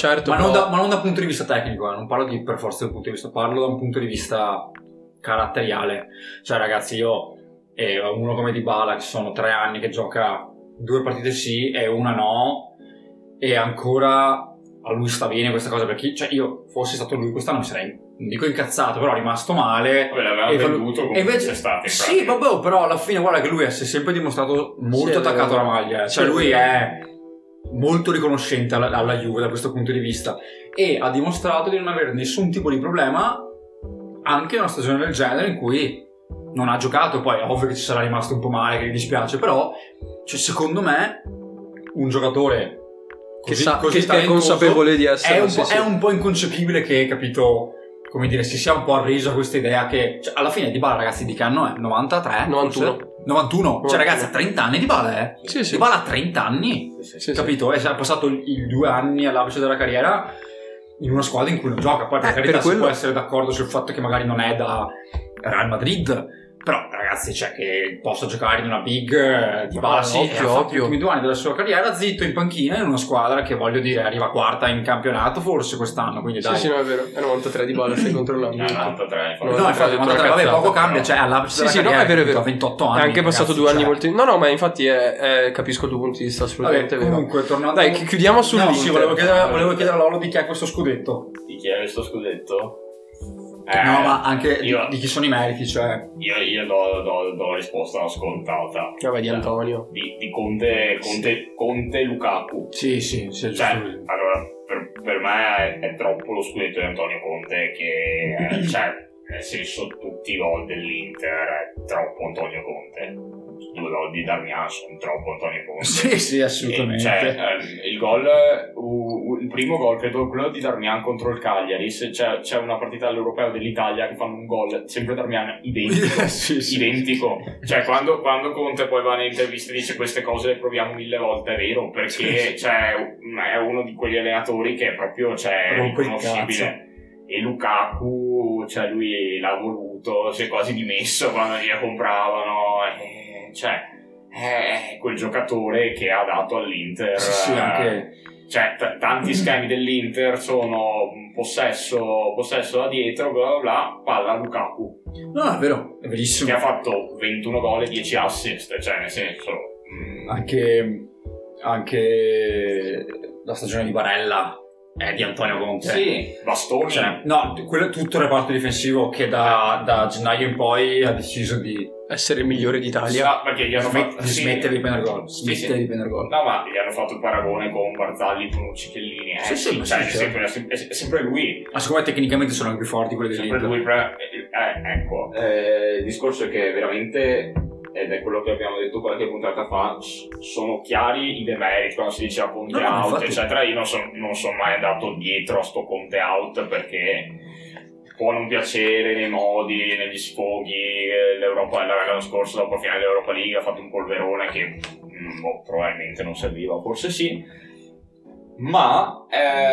dal punto di vista tecnico, non parlo di per forza dal punto di vista, parlo da un punto di vista caratteriale. Cioè, ragazzi, io e uno come Dybala, che sono 3 anni che gioca 2 partite sì e una no, e ancora a lui sta bene questa cosa, perché io fossi stato lui quest'anno mi sarei, non dico incazzato, però rimasto male. Vabbè, l'aveva venduto come invece, c'è stato. Sì, vabbè, però alla fine guarda che lui si è sempre dimostrato molto attaccato alla maglia, cioè lui è molto riconoscente alla Juve da questo punto di vista, e ha dimostrato di non avere nessun tipo di problema anche in una stagione del genere in cui non ha giocato. Poi è ovvio che ci sarà rimasto un po' male, che gli dispiace, però secondo me un giocatore così che è consapevole di essere è un po' inconcepibile che, capito, come dire, si sia un po' arreso a questa idea che alla fine Dybala, ragazzi, di che anno è? 93? 91. Cioè ragazzi, a 30 anni Dybala Dybala a 30 anni, capito? E ha passato i 2 anni all'apice della carriera in una squadra in cui non gioca. Poi per carità si può essere d'accordo sul fatto che magari non è da Real Madrid, però ragazzi, che possa giocare in una big Dybala, ha fatto gli ultimi 2 anni della sua carriera zitto in panchina in una squadra che, voglio dire, arriva quarta in campionato forse quest'anno, quindi dai. Sì, no, è vero, è 93 Dybala, stai controllando. 93. No, infatti 93, vabbè, poco cambia, all'apice della carriera, è vero. 28 anni. È anche passato 2 anni molti. No, ma infatti capisco il tuo punto di vista, assolutamente vero. Comunque, tornando. Dai, chiudiamo sull'Inter. Sì, volevo chiedere a Lolo di chi è questo scudetto. Di chi è questo scudetto? No, ma anche di chi sono i meriti, cioè. Io do la risposta scontata. Vabbè, di Antonio. Di Conte Lukaku. Sì. Cioè, allora, per me è troppo lo scudetto di Antonio Conte, che nel senso, tutti i gol dell'Inter è troppo Antonio Conte. 2 gol di Darmian sono troppo Antonio Conte. Sì, assolutamente. Il primo gol, credo quello di Darmian contro il Cagliari. Se c'è una partita all'Europeo dell'Italia che fanno un gol, sempre Darmian identico. Identico. Cioè, quando Conte poi va nelle interviste e dice queste cose le proviamo 1000 volte, è vero, perché è uno di quegli allenatori che è proprio riconoscibile. E Lukaku, lui l'ha voluto, si è quasi dimesso quando gliela compravano. È quel giocatore che ha dato all'Inter. Sì, anche. Tanti schemi dell'Inter sono possesso da dietro, bla bla bla, palla a Lukaku. No, è vero, è verissimo. Che ha fatto 21 gol e 10 assist, nel senso. Anche la stagione di Barella è di Antonio Conte. Sì, bastoni. Cioè, no, quello è tutto il reparto difensivo che da gennaio in poi ha deciso di essere il migliore d'Italia. Perché gli hanno fatto smettere di prendere gol. Smettere di prendere gol. No, ma gli hanno fatto il paragone con Barzagli, Bonucci, Chiellini. È sempre lui. Ma secondo me tecnicamente sono anche più forti quelli sempre dell'Inter. Ecco. Il discorso è che veramente, ed è quello che abbiamo detto qualche puntata fa, sono chiari i demeriti quando si diceva Conte out, infatti, eccetera. Io non sono mai andato dietro a sto Conte out, perché può non piacere nei modi, negli sfoghi. L'Europa l'anno scorso, dopo la finale dell'Europa League, ha fatto un polverone che probabilmente non serviva, forse sì, ma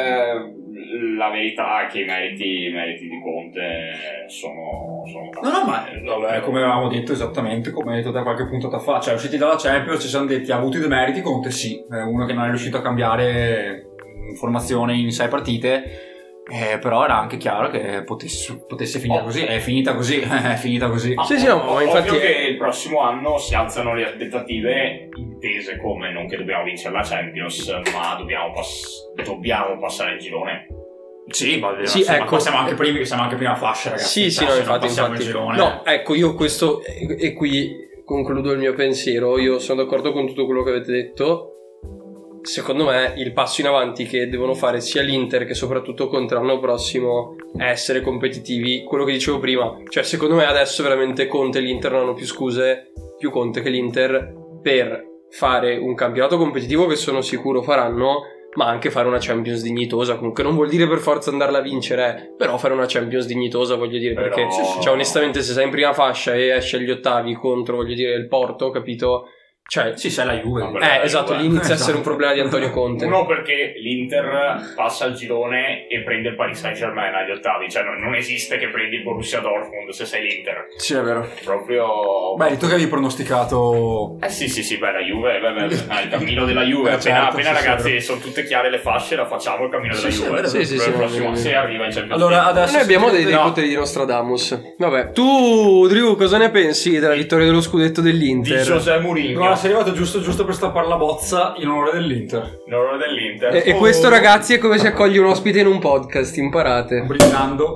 la verità è che i meriti di Conte sono no, ma come avevamo detto, esattamente come hai detto da qualche puntata fa, cioè usciti dalla Champions ci siamo detti ha avuto i demeriti. Conte sì, uno che non è riuscito a cambiare formazione in 6 partite. Però era anche chiaro che potesse finire così. È finita così. Sì, no, ma infatti ovvio che il prossimo anno si alzano le aspettative, intese come non che dobbiamo vincere la Champions, ma dobbiamo passare il girone. Sì, ma ecco, siamo anche prima fascia, ragazzi. Sì, no, infatti. No, ecco, io questo e qui concludo il mio pensiero. Io sono d'accordo con tutto quello che avete detto. Secondo me il passo in avanti che devono fare sia l'Inter che soprattutto Conte l'anno prossimo è essere competitivi. Quello che dicevo prima, cioè secondo me adesso veramente Conte e l'Inter non hanno più scuse, più Conte che l'Inter, per fare un campionato competitivo che sono sicuro faranno, ma anche fare una Champions dignitosa. Comunque non vuol dire per forza andarla a vincere, però fare una Champions dignitosa, voglio dire, perché cioè, onestamente se sei in prima fascia e esci agli ottavi contro, voglio dire, il Porto, capito? Cioè, sì, sei la Juve. Esatto, lì inizia a essere un problema di Antonio Conte. Uno, perché l'Inter passa il girone e prende il Paris Saint-Germain agli ottavi, cioè non esiste che prendi il Borussia Dortmund se sei l'Inter. Sì, è vero. Proprio. Beh, tu che avevi pronosticato. Sì, la Juve, il cammino della Juve. Appena ragazzi, sono tutte chiare le fasce, la facciamo il cammino della Juve. Sì, il prossimo se arriva in Champions. Allora, adesso noi abbiamo dei poteri di Nostradamus. Vabbè, tu, Drew, cosa ne pensi della vittoria dello scudetto dell'Inter? Di José Mourinho. No, sei arrivato giusto per stappare la bozza in onore dell'Inter. E questo, ragazzi, è come si accoglie un ospite in un podcast, imparate. Brindando.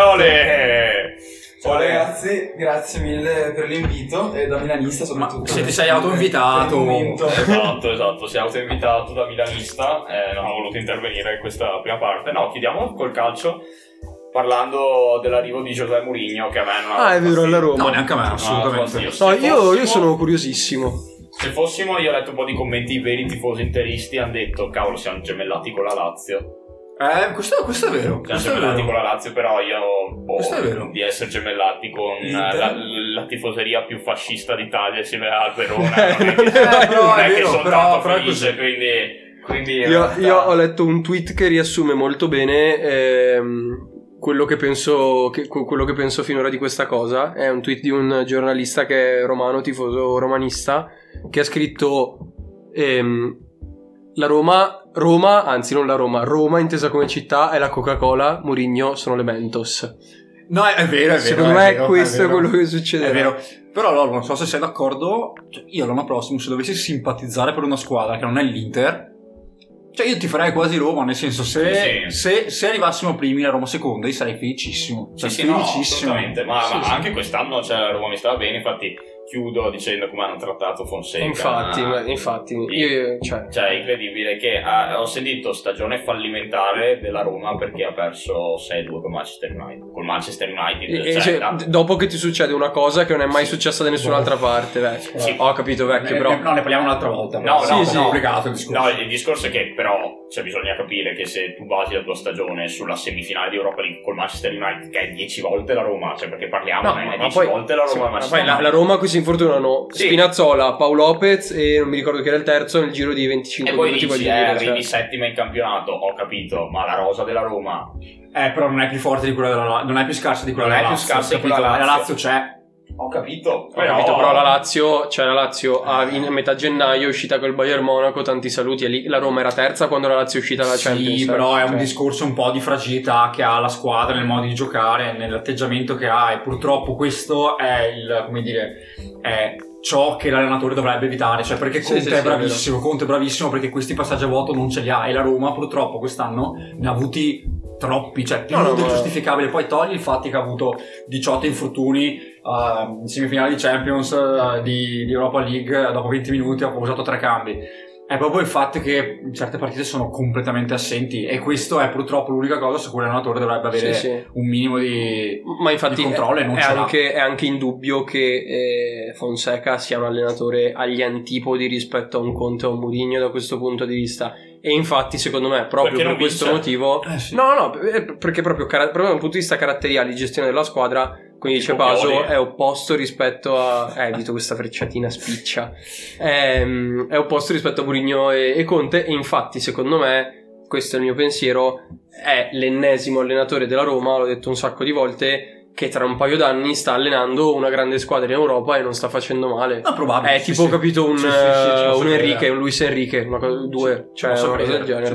Ciao ragazzi, grazie mille per l'invito e da milanista soprattutto. Se ti sei autoinvitato. Esatto, sei autoinvitato da milanista, non ho voluto intervenire in questa prima parte. No, chiudiamo col calcio parlando dell'arrivo di José Mourinho, che a me non ha è vero, alla Roma. No, neanche a me, assolutamente. No, io sono curiosissimo. Se fossimo, io ho letto un po' di commenti, i veri tifosi interisti hanno detto cavolo, siamo gemellati con la Lazio. Questo è vero. Siamo gemellati con la Lazio, però questo è vero. Di essere gemellati con la tifoseria più fascista d'Italia insieme al Verona. Non è che sono tanto felice, quindi io ho letto un tweet che riassume molto bene quello che penso finora di questa cosa. È un tweet di un giornalista che è romano, tifoso romanista, che ha scritto la Roma, anzi non la Roma intesa come città è la Coca-Cola, Mourinho sono le Mentos. No, è vero. Secondo me questo è quello che succede. È vero. Però Lolo, non so se sei d'accordo, cioè, io l'anno prossimo se dovessi simpatizzare per una squadra che non è l'Inter, cioè io ti farei quasi Roma, nel senso se arrivassimo primi la Roma seconda io sarei felicissimo. No, assolutamente, ma anche quest'anno la Roma mi stava bene, infatti chiudo dicendo come hanno trattato Fonseca. Infatti io, cioè è incredibile che ho sentito stagione fallimentare della Roma perché ha perso 6-2 con Manchester United. Dopo che ti succede una cosa che non è mai successa da nessun'altra parte, sì. Ho capito, vecchio, però no, ne parliamo un'altra volta. Obbligato il discorso. No, il discorso è che però bisogna capire che se tu basi la tua stagione sulla semifinale di Europa League col Manchester United, che è 10 volte la Roma, perché parliamo, è 10 volte la Roma. Ma poi la Roma qui si infortunano Spinazzola, Paolo Lopez e non mi ricordo chi era il terzo nel giro di 25 minuti. E poi dici, arrivi settima in campionato, ho capito, ma la rosa della Roma però non è più forte di quella della non è più scarsa di quella della Lazio. La Lazio c'è. Ho capito, però la Lazio in metà gennaio è uscita col Bayern Monaco, tanti saluti, e lì la Roma era terza quando la Lazio è uscita dalla Champions. Sì, però è un discorso un po' di fragilità che ha la squadra nel modo di giocare, nell'atteggiamento che ha, e purtroppo questo è ciò che l'allenatore dovrebbe evitare, cioè perché Conte Sì, è sì, bravissimo, Conte è bravissimo perché questi passaggi a vuoto non ce li ha, e la Roma purtroppo quest'anno ne ha avuti troppi, cioè più del giustificabile. Poi togli il fatto che ha avuto 18 infortuni in semifinale di Champions, di Europa League, dopo 20 minuti ha usato 3 cambi. È proprio il fatto che certe partite sono completamente assenti, e questo è purtroppo l'unica cosa su cui l'allenatore dovrebbe avere un minimo di controllo, e non ce l'ha. È anche indubbio che Fonseca sia un allenatore agli antipodi rispetto a un Conte o un Mourinho da questo punto di vista, e infatti secondo me proprio per questo motivo perché proprio dal punto di vista caratteriale di gestione della squadra, quindi dice Baso, è opposto rispetto a evito questa frecciatina spiccia, è opposto rispetto a Mourinho e Conte, e infatti secondo me, questo è il mio pensiero, è l'ennesimo allenatore della Roma, l'ho detto un sacco di volte, che tra un paio d'anni sta allenando una grande squadra in Europa e non sta facendo male. No, probabile. È tipo, capito, un Enrique, un Luis Enrique, due, cioè una cosa del genere.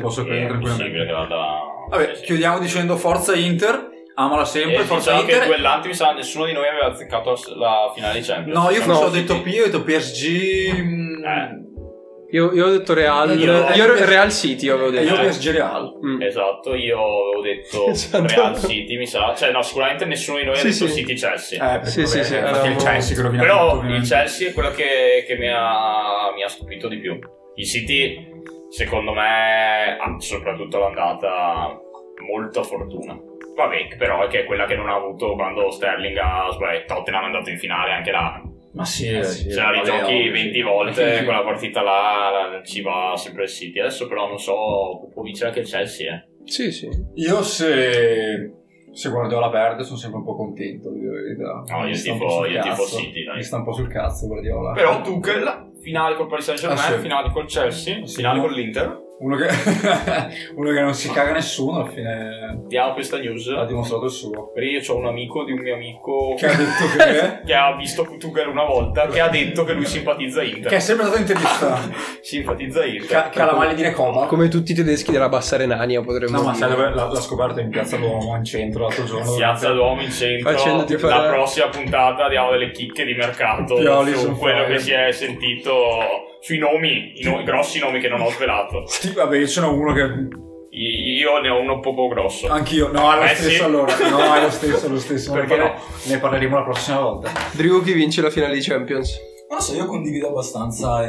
Vabbè, chiudiamo dicendo forza Inter. Amala sempre, forza diciamo Inter. Che duellanti, mi sa, nessuno di noi aveva azzeccato la finale di Champions. No, io forse ho detto P, ho detto PSG. Io ho detto Real. Io Real City avevo detto. Io PSG Real. Esatto, io avevo detto Real City, mi sa. Cioè, no, sicuramente nessuno di noi ha detto City Chelsea. Sì. Il Chelsea che rovina però tutto, il Chelsea è quello che mi ha stupito di più. Il City, secondo me, ha soprattutto l'andata molta fortuna. Vabbè, però è che è quella che non ha avuto quando Sterling Tottenham è andato in finale, anche là. Ma sì, se la rigiochi 20 volte quella partita là ci va sempre il City. Adesso però non so, può vincere anche il Chelsea, Sì. Io se Guardiola perde sono sempre un po' contento, di verità. No, io tifo City, dai. Mi sta un po' sul cazzo Guardiola. Però Tuchel, finale col Paris Saint-Germain, finale col Chelsea, finale con l'Inter. Uno che non si caga nessuno, alla fine Diamo questa news. Ha dimostrato il suo. Perché io ho un amico di un mio amico che ha detto che ha visto Tuchel una volta, che ha detto che lui simpatizza Inter. Che è sempre stato intervistato. Simpatizza Inter. Che ha la maglia di Recoba. Come tutti i tedeschi della Bassa Renania, potremmo dire. No, ma sai l'ha scoperto in Piazza Duomo in centro l'altro giorno. Piazza Duomo in centro. La prossima puntata diamo delle chicche di mercato su quello che si è sentito, sui nomi, i grossi nomi che non ho svelato. Sì, vabbè, io ce n'ho uno che... Io ne ho uno poco grosso. Anch'io. No, è lo stesso sì. Allora. No, è lo stesso. Perché no? Ne parleremo la prossima volta. Drigo, chi vince la finale di Champions? Non so, io condivido abbastanza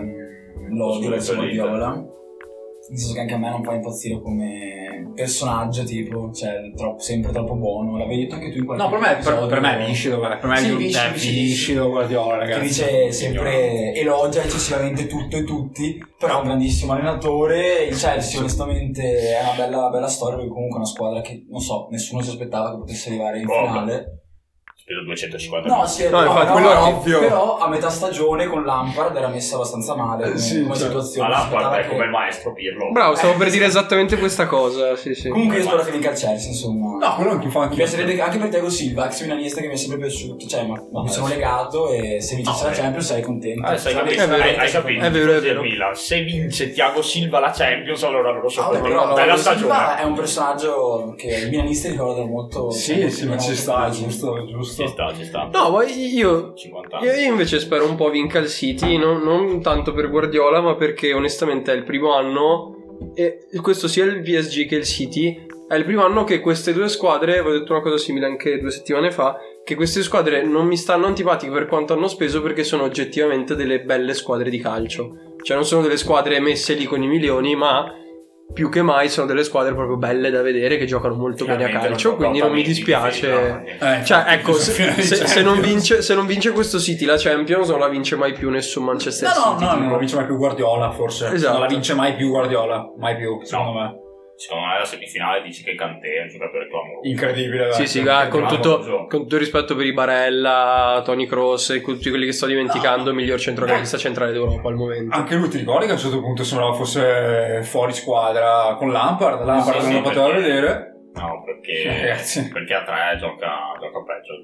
l'odio verso Guardiola. Nel senso che anche a me non fa impazzire come personaggio, tipo, cioè sempre troppo buono. L'avevi detto anche tu in qualche episodio. Per me è viscido, per me è viscido Guardiola, ragazzi. Che dice sempre, elogia eccessivamente tutto e tutti, però è un grandissimo allenatore. Il Chelsea onestamente è una bella storia, perché comunque è una squadra che, non so, nessuno si aspettava che potesse arrivare in finale. Speso 250 infatti quello è ovvio. Però a metà stagione con Lampard era messa abbastanza male come situazione. Ma Lampard è come il maestro Pirlo. Bravo, stavo per dire esattamente questa cosa. Sì. Comunque io spero che vinca il Chelsea, insomma. No, quello anche fa. Mi piacerebbe anche per Thiago Silva, ex milanista, che mi è sempre piaciuto, cioè ma mi sono legato, e se vincesse la Champions sarei contento. Hai capito? È vero. Milan. Se vince Thiago Silva la Champions, allora loro sono bella stagione. È un personaggio che i milanisti ricordano molto. Sì, ma ci sta, giusto. Ci sta. No, ma io invece spero un po' vinca il City, non tanto per Guardiola, ma perché onestamente è il primo anno, e questo sia il PSG che il City, è il primo anno che queste due squadre, avevo detto una cosa simile anche 2 settimane fa, che queste squadre non mi stanno antipatiche per quanto hanno speso, perché sono oggettivamente delle belle squadre di calcio. Cioè non sono delle squadre messe lì con i milioni, ma più che mai sono delle squadre proprio belle da vedere, che giocano molto bene a calcio, quindi non mi dispiace. Cioè ecco, se non vince questo City la Champions, non la vince mai più nessun Manchester City. No, non la vince mai più Guardiola, forse. Esatto. Non la vince mai più Guardiola, mai più, secondo me. Secondo me la semifinale dici che Kanté è un giocatore clamoroso. Incredibile, sì, con tutto rispetto per i Barella, Toni Kroos e tutti quelli che sto dimenticando, il miglior centrocampista centrale d'Europa al momento. Anche lui, ti ricordi che a un certo punto sembrava fosse fuori squadra con Lampard non lo poteva vedere. No, perché a 3 gioca peggio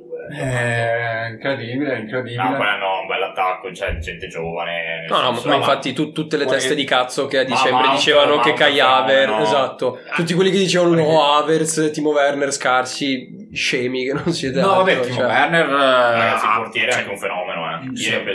a 2. Incredibile. No, poi hanno un bel attacco, cioè gente giovane. Ma infatti tutte le teste di cazzo che a dicembre dicevano che Kai Havertz, esatto, tutti quelli che dicevano Havertz, Timo Werner scemi che non siete altro. Vabbè, Timo Werner, ragazzi, il portiere è anche un fenomeno. Ieri ho preso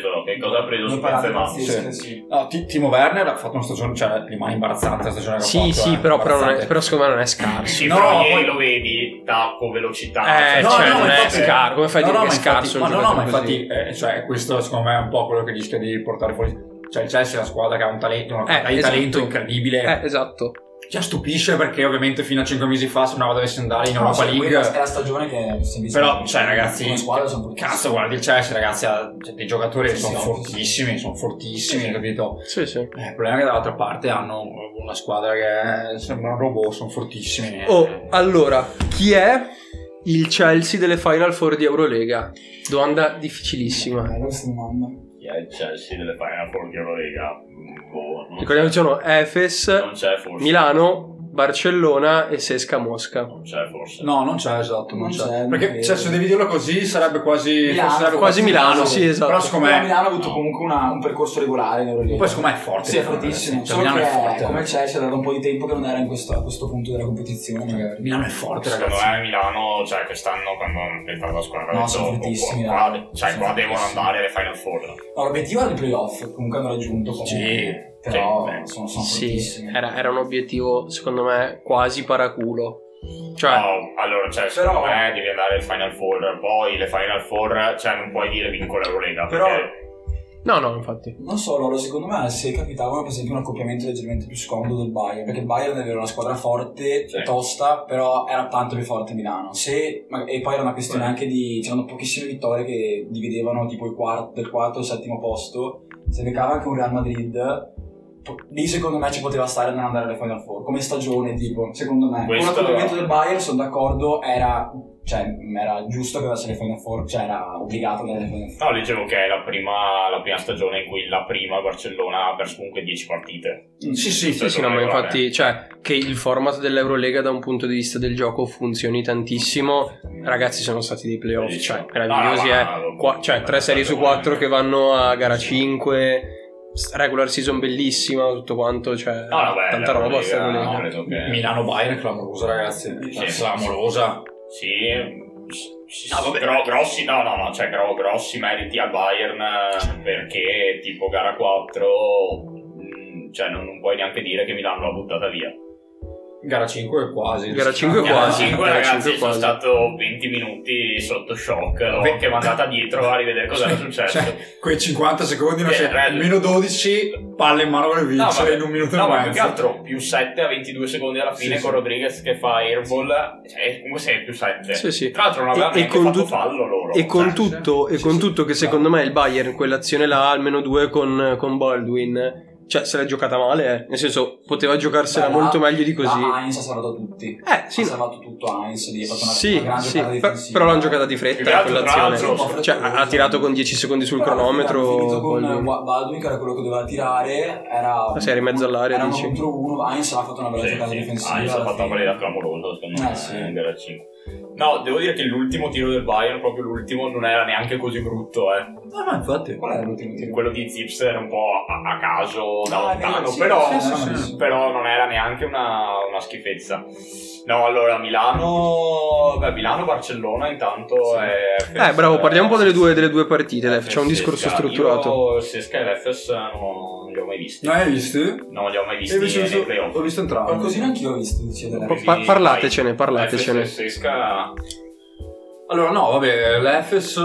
cosa ha preso su Benzema. Sì. No, Timo Werner ha fatto una stagione, cioè rimane imbarazzante la stagione che ha fatto. Sì, però secondo me non è scarso. Sì, No, però poi lo vedi, tacco, velocità. Non è infatti- scarso. Come fai a dire che è ma scarso? infatti, un ma giocatore infatti, così? cioè, questo secondo me è un po' quello che rischia di portare fuori. Cioè, il Chelsea è una squadra che ha un talento, una qualità di esatto. talento incredibile. Esatto. Ci stupisce perché ovamente fino a 5 mesi fa sembrava dovesse andare in Europa League. È la stagione che si è vista. Però, cioè, ragazzi, come squadra sono fortissimi. cazzo, guardi il Chelsea, ragazzi, ha dei giocatori che Sì, sono sì, fortissimi, capito? Sì. Il problema è che dall'altra parte hanno una squadra che sembra un robot, sono fortissimi. Allora, chi è il Chelsea delle Final Four di Eurolega? Domanda difficilissima. Questa domanda. Chi è il Chelsea delle Final Four di Eurolega? Ricordiamo che sono Efes, Non c'è forse. Milano, Barcellona e Sesca Mosca. Non c'è forse. No, non c'è, esatto, non Non c'è. c'è, Perché non cioè, credo. se devi dirlo così sarebbe quasi Milano, sarebbe quasi Milano, sì, esatto. Però secondo Però me Milano ha avuto comunque un percorso regolare in Eurolega. poi secondo me è forte. Sì, è fortissimo. Cioè, Solo Milano che è forte. come Chelsea da un po' di tempo che non era a questo punto della competizione, magari. Milano è forte, Secondo ragazzi. me Milano, cioè quest'anno quando è stata la squadra No, ha sono detto, fortissimi, qua, dai. cioè, Sono qua devono fortissimi. andare alle Final Four. No, l'obiettivo era il playoff, comunque hanno raggiunto. Sì. Però Sì, sono Sì, fortissimi. era un obiettivo secondo me quasi paraculo. Cioè, No, allora, cioè, secondo me devi andare al Final Four, poi le Final Four, cioè non puoi dire vinco l'Eurolega, Però- perché no, infatti. Non so, loro secondo me se capitavano per esempio un accoppiamento leggermente più scomodo del Bayern, perché il Bayern aveva una squadra forte, Sì. tosta, però era tanto più forte Milano. E poi era una questione anche di, c'erano pochissime vittorie che dividevano tipo del quarto al settimo posto. Se beccava anche un Real Madrid, lì secondo me ci poteva stare a non andare alle Final Four, come stagione tipo, secondo me. Questo- Con l'accoppiamento del Bayern sono d'accordo, era giusto che avesse le Final Four, cioè era obbligato ad andare alle Final Four. no, leggevo che è la prima stagione in cui la prima Barcellona ha perso comunque 10 partite. Sì, no, ma infatti, cioè, che il format dell'Eurolega da un punto di vista del gioco funzioni tantissimo, ragazzi, sono stati dei playoff, cioè, meravigliosi, cioè, 3 serie su 4 che vanno a gara 5, regular season bellissima, tutto quanto, cioè, tanta roba sta Eurolega. credo che... Milano-Bayern è clamorosa, ragazzi. Sì. Clamorosa. Sì, grossi, cioè grossi meriti al Bayern perché tipo gara 4 cioè non puoi neanche dire che Milano l'ha buttata via. Gara 5 quasi. Gara 5 Gara quasi. 5 Gara ragazzi 5 sono quasi. stato 20 minuti sotto shock, che mi è andata dietro a rivedere cosa era successo. Cioè, quei 50 secondi, no, Bello. meno 12, palle in mano per vincere in un minuto no, e ma più che mezzo. altro più 7 a 22 secondi alla fine Sì, con sì. Rodriguez che fa airball, cioè, comunque sei più 7. Sì. Tra l'altro non avevano neanche fatto fallo loro. E con Cioè, tutto che secondo me il Bayern quell'azione là almeno 2 con Baldwin, cioè se l'è giocata male, nel senso poteva giocarsela molto meglio di così. Heinz ha salvato tutti. Sì, Ha salvato tutto Heinz, lì ha fatto una sì, gran giocata difensiva. però l'hanno giocata di fretta Più che altro, quell'azione, tra l'altro, cioè ha tirato con 10 secondi sul Però hanno cronometro. finito con Baldwin. Baldwin che era quello che doveva tirare, era sei in mezzo all'area, era uno dici? contro uno. Heinz ha fatto una bella giocata difensiva. Heinz ha alla fatto una fine. partita clamorosa secondo me Sì. in gara 5. No, devo dire che l'ultimo tiro del Bayern, proprio l'ultimo, non era neanche così brutto, No, infatti. Qual era l'ultimo tiro? Quello di Zips era un po' a caso da Ah, è lontano, vero, sì, però, sì. però non era neanche una schifezza. No, allora Milano-Barcellona intanto è... Bravo, parliamo un po' delle due partite, dai, facciamo un discorso strutturato. Io Sesca e l'Efes non li ho mai visti. Non hai visto? Non li ho mai visti Ho visto, nei playoff. ho visto entrambi. Qualcosina anch'io ho visto, diceva. Parlatecene. Efes e Sesca... Allora, no, vabbè, l'Efes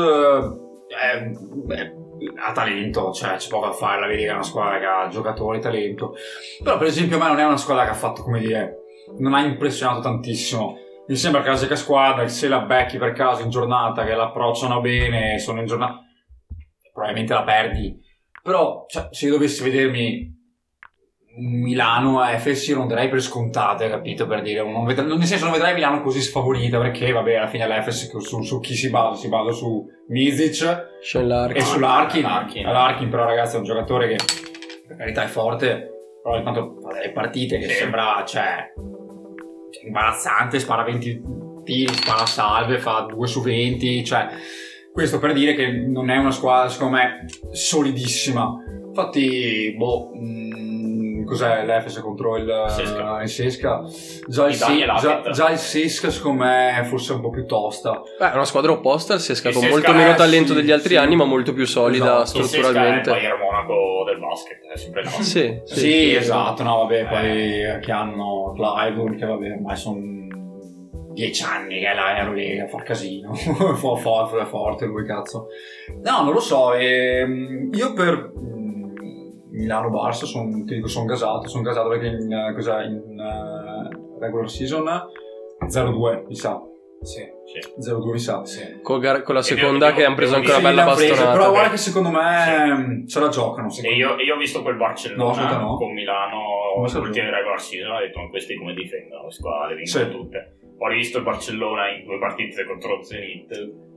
ha talento, cioè c'è poco da fare, la vedi che è una squadra che ha giocatori, talento. Però, per esempio, a me non è una squadra che ha fatto, come dire, non ha impressionato tantissimo. Mi sembra che la classica squadra, che se la becchi per caso in giornata, che l'approcciano bene, sono in giornata, probabilmente la perdi. Però, cioè, se io dovessi vedermi Milano a Efes, io non darei per scontate, capito? Per dire, nel senso non vedrei Milano così sfavorita, perché vabbè, alla fine l'Efes su chi si basa? Si basa su Mizic Sean Larkin. e su Larkin. Larkin. Larkin però, ragazzi, è un giocatore che per carità è forte, però ogni tanto fa delle partite che sembra, cioè, imbarazzante, spara 20 tiri, spara salve, fa 2 su 20, cioè, questo per dire che non è una squadra, secondo me, solidissima. Infatti, cos'è l'Efes contro il Sesca. Già il Sesca secondo me forse è un po' più tosta. È una squadra opposta al Sesca, con molto meno talento degli altri anni, ma molto più solida strutturalmente. Il Sesca è il Bayern Monaco del basket, è sempre no. Sì, esatto, no vabbè, poi che hanno Clyburn, che vabbè ormai sono 10 anni che è là in Eurolega, fa casino. forte lui, cazzo. No, non lo so, io per Milano-Barça sono gasato perché in regular season 0-2 mi sa. Sì. 0-2 mi sa. Sì. Con la seconda che hanno preso anche una bella bastonata. Però guarda che secondo me ce la giocano. E io ho visto quel Barcellona con Milano l'ultima regular season, ho detto: ma questi come difendono? Le squadre vincono tutte. Ho rivisto il Barcellona in 2 partite contro Zenit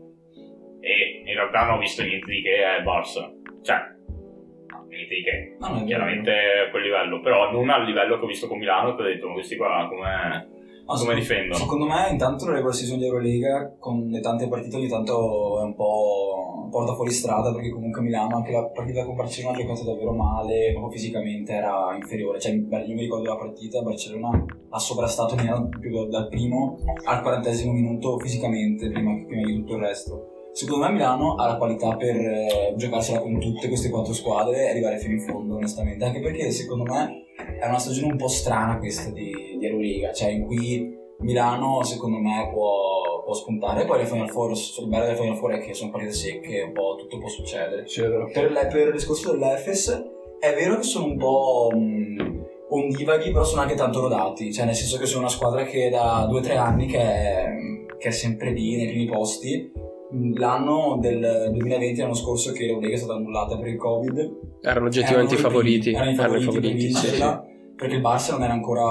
e in realtà non ho visto niente di che è Barça. Cioè, niente di che. Chiaramente a quel livello, però non al livello che ho visto con Milano, che ho detto: ma questi qua come difendono? Secondo me intanto la regular season di Euroliga con le tante partite ogni tanto è un po' porta fuori strada, perché comunque Milano anche la partita con Barcellona ha giocato davvero male, proprio fisicamente era inferiore. Cioè io mi ricordo la partita, Barcellona ha sovrastato Milano più dal primo al 40° minuto fisicamente, prima di tutto il resto. Secondo me Milano ha la qualità per giocarsela con tutte queste 4 squadre e arrivare fino in fondo, onestamente, anche perché secondo me è una stagione un po' strana questa di Euroliga, cioè in cui Milano secondo me può spuntare. Poi le Final Four, il bello delle Final Four è che sono partite secche, un po' tutto può succedere. Per il discorso dell'Efes è vero che sono un po' ondivaghi, però sono anche tanto rodati, cioè nel senso che sono una squadra che da 2-3 anni che è sempre lì nei primi posti. L'anno del 2020, l'anno scorso, che l'Eurolega è stata annullata per il Covid, erano oggettivamente favoriti. Erano i favoriti, sì. Perché il Barça non era ancora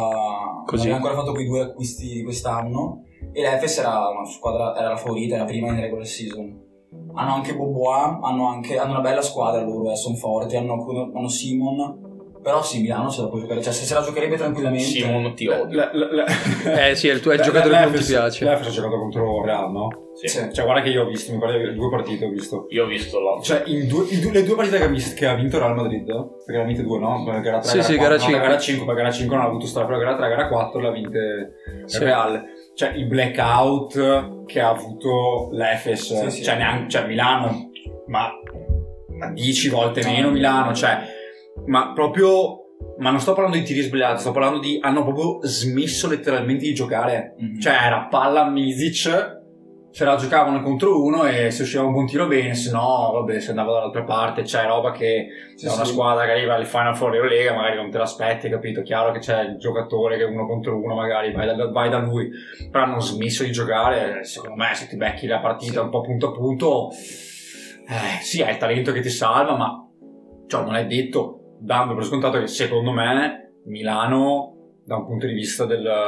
fatto quei 2 acquisti di quest'anno e l'Efes era una squadra, era la favorita, era prima in regular season. Hanno anche Bobois, hanno una bella squadra loro, sono forti, hanno Simon. Però sì, Milano ce la può giocare, cioè se la giocherebbe tranquillamente. Simon ti odio. Sì, è il giocatore che non ti piace. L'Efes ha giocato contro Real, no? Sì. Cioè guarda che io ho visto, mi pare 2 partite ho visto. Io ho visto cioè le 2 partite che ha vinto Real Madrid, perché l'ha vinte 2, no? Gara 3, sì, gara 4, gara 5. No, gara 5, perché gara 5 non ha avuto strada, però gara 3, gara 4 l'ha vinte Real. Cioè il blackout che ha avuto l'Efes, cioè neanche Milano, ma 10 volte meno Milano, cioè ma non sto parlando di tiri sbagliati, sto parlando di hanno proprio smesso letteralmente di giocare. Cioè era palla Misic, se la giocavano contro uno e se usciva un buon tiro bene, se no vabbè, se andava dall'altra parte. C'è roba che da una squadra che arriva alle Final Four Eurolega magari non te l'aspetti, capito? Chiaro che c'è il giocatore che è 1 contro 1, magari vai da lui, però hanno smesso di giocare. Secondo me se ti becchi la partita un po' punto a punto, sì, hai il talento che ti salva, ma cioè non è detto, dando per scontato che secondo me Milano da un punto di vista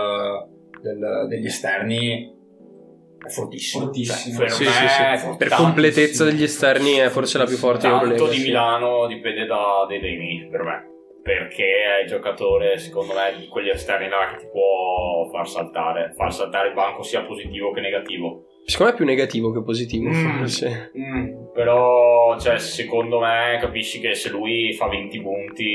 degli esterni è fortissimo. Cioè, sì. Per completezza degli esterni è forse la più forte Tanto Eurolega, di Milano dipende da Delaney per me, perché è il giocatore secondo me di quegli esterni là che ti può far saltare il banco sia positivo che negativo. Secondo me è più negativo che positivo, forse. Però, cioè, secondo me capisci che se lui fa 20 punti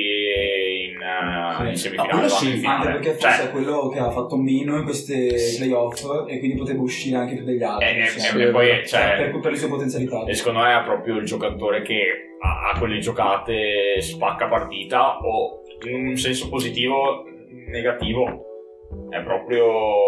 in semifinale, anche perché forse è quello che ha fatto meno in queste playoff e quindi potrebbe uscire anche più degli altri. E poi, per le sue potenzialità. E secondo me è proprio il giocatore che a quelle giocate spacca partita, o in un senso positivo, negativo. È proprio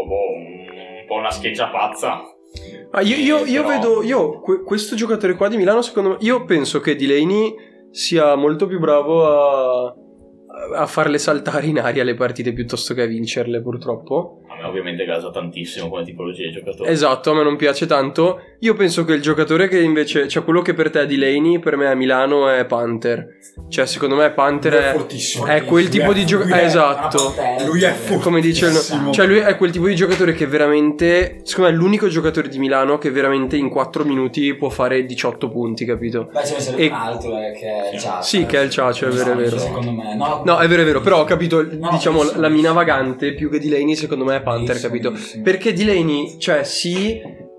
un po' una scheggia pazza. Io vedo questo giocatore qua di Milano, secondo me, io penso che Delaney sia molto più bravo a farle saltare in aria le partite piuttosto che a vincerle, purtroppo. A me ovviamente gasa tantissimo come tipologia di giocatore. Esatto, a me non piace tanto. Io penso che il giocatore che invece, cioè quello che per te è Delaney, per me a Milano è Panther. Cioè secondo me Panther è fortissimo. È quel tipo di giocatore, esatto. Lui è fortissimo. Come dice cioè lui è quel tipo di giocatore che veramente, secondo me è l'unico giocatore di Milano che veramente in 4 minuti può fare 18 punti, capito? Beh, ce ne sarebbe un altro che è il Ciacio. Sì, che è il Ciacio, è vero. Secondo me. No, è vero, però ho capito, diciamo la mina vagante più che Delaney secondo me è Panther, capito? Perché Delaney, cioè sì,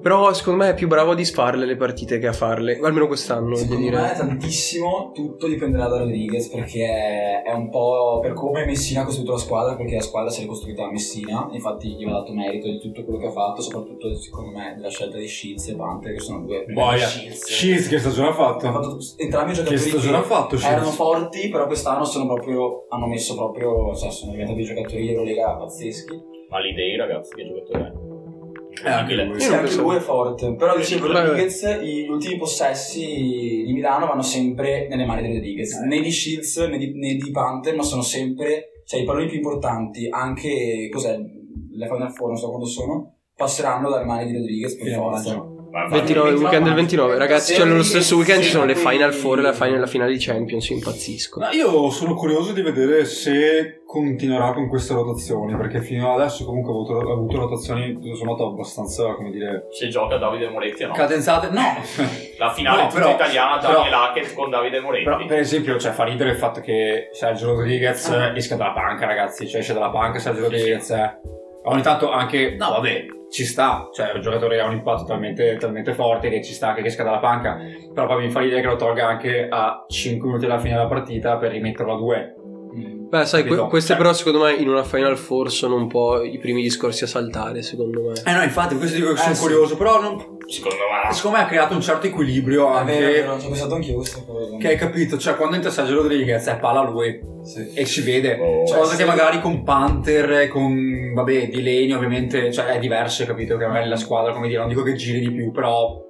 Però secondo me è più bravo a disfarle le partite che a farle, almeno quest'anno, voglio Secondo dire. me tantissimo tutto dipenderà da Rodriguez, perché è un po' per come Messina ha costruito la squadra, perché la squadra si è costruita a Messina, infatti gli va dato merito di tutto quello che ha fatto, soprattutto secondo me della scelta di Shields e Panther, che sono due Boia, Shields che stagione ha fatto? Entrambi i giocatori Che stagione ha fatto Shields? erano forti, però quest'anno hanno messo proprio, cioè sono diventati giocatori di Eurolega pazzeschi. Ma l'idea, ragazzi, che giocatore è? Anche lui. Sì, anche lui è forte. Però dicevo, Beh, Rodriguez, gli ultimi possessi di Milano vanno sempre nelle mani di Rodriguez. Né di Shields né di Panther, ma sono sempre, cioè i palloni più importanti, anche le Final Four, non so quando sono, passeranno dalle mani di Rodriguez per forza. 29, il weekend del 29, ragazzi, cioè nello stesso weekend ci sono le poi- Final Four e la finale di Champions, impazzisco. Ma io sono curioso di vedere se continuerà con queste rotazioni, perché fino adesso comunque ha avuto rotazioni, sono notato abbastanza, come dire, Se gioca Davide Moretti o no? cadenzate. No! La finale No, tutta però- italiana, però- Daniel Hackett con Davide Moretti. Però, per esempio, cioè, fa ridere il fatto che Sergio Rodriguez esca dalla panca, ragazzi. Cioè, esce dalla panca Sergio Rodriguez. Ogni tanto anche, no, vabbè, ci sta. Cioè, è un giocatore che ha un impatto talmente forte che ci sta anche che esca dalla panca. Però poi mi fa ridere che lo tolga anche a 5 minuti dalla fine della partita per rimetterlo a 2. Beh, sai, Capito? queste Cioè- però secondo me in una Final Four sono un po' i primi discorsi a saltare, secondo me. No, infatti, questo dico che sono sì. curioso. Però secondo me ha creato un certo equilibrio È anche. vero, ci ho pensato anch'io questa cosa. Che hai capito? Cioè, quando entra Sergio Rodriguez è palla a lui. Sì. E si vede, Cioè, cosa sì. che magari con Panther, con vabbè, di Leni ovviamente, cioè è diverso, capito? Che magari la squadra, come dire, non dico che giri di più, però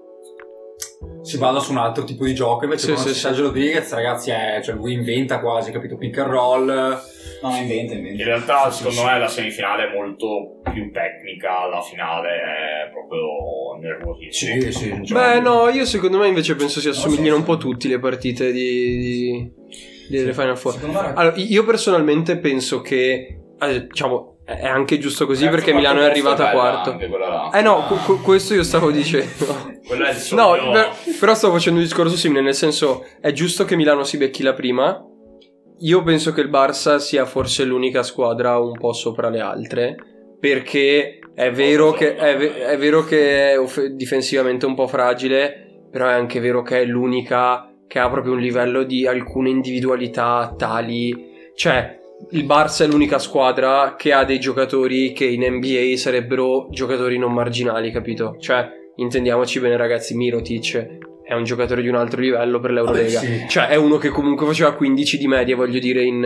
si basa su un altro tipo di gioco. Invece Sì, con sì, Sergio Rodriguez, ragazzi, cioè lui inventa quasi, capito? Pick and roll. No, inventa. In realtà, secondo me, la semifinale è molto più tecnica, la finale è proprio nervosissima. sì. Beh, no, io secondo me invece penso si assomiglino un po' tutti le partite delle Final Four. Secondo me Allora, io personalmente penso che, diciamo, è anche giusto così perché Terzo, Milano è quarto arrivata posto bella quarto. anche quella là. No, questo io stavo dicendo. Quello è il No, sogno. però stavo facendo un discorso simile, nel senso è giusto che Milano si becchi la prima. Io penso che il Barça sia forse l'unica squadra un po' sopra le altre, perché è vero che è vero che è difensivamente un po' fragile, però è anche vero che è l'unica che ha proprio un livello di alcune individualità tali, cioè il Barça è l'unica squadra che ha dei giocatori che in NBA sarebbero giocatori non marginali, capito? Cioè, intendiamoci bene ragazzi, Mirotic è un giocatore di un altro livello per l'Eurolega. Sì. Cioè è uno che comunque faceva 15 di media, voglio dire, in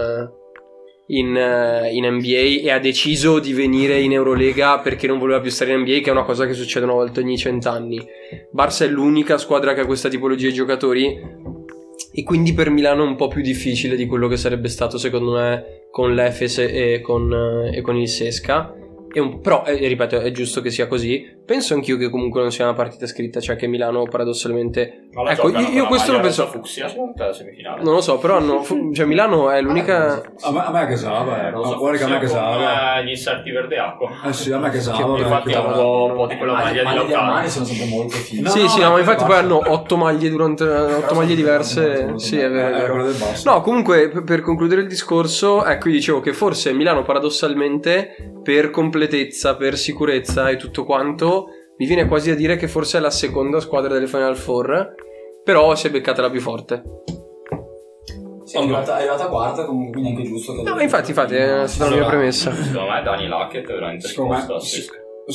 NBA, e ha deciso di venire in Eurolega perché non voleva più stare in NBA, che è una cosa che succede una volta ogni 100 anni. Barça è l'unica squadra che ha questa tipologia di giocatori, e quindi per Milano è un po' più difficile di quello che sarebbe stato secondo me con l'Efes e con il Sesca. Però ripeto, è giusto che sia così. Penso anch'io che comunque non sia una partita scritta, cioè che Milano paradossalmente, Ma la ecco, giocano con io la questo lo maglia penso, rosa fucsia la semifinale. non lo so, però cioè Milano è l'unica. A me gasava, Rosa guarda che a me fucsia gasava. con gli inserti verde acqua. Sì, a me gasava. Infatti è un po' di quella maglia di di Armani Lautaro. sono sempre molto fighe. No, Sì, no, ma infatti poi basta. hanno 8 maglie diverse. Sì, è vero, è vero. quello del Barça. No, comunque per concludere il discorso, ecco, io dicevo che forse Milano paradossalmente per completezza, per sicurezza e tutto quanto, mi viene quasi a dire che forse è la seconda squadra delle Final Four, però si è beccata la più forte. Sì, è arrivata quarta, comunque quindi è anche giusto che... No, infatti è stata la mia premessa. Secondo me Daniel Hackett è veramente Secondo me- risposta sì.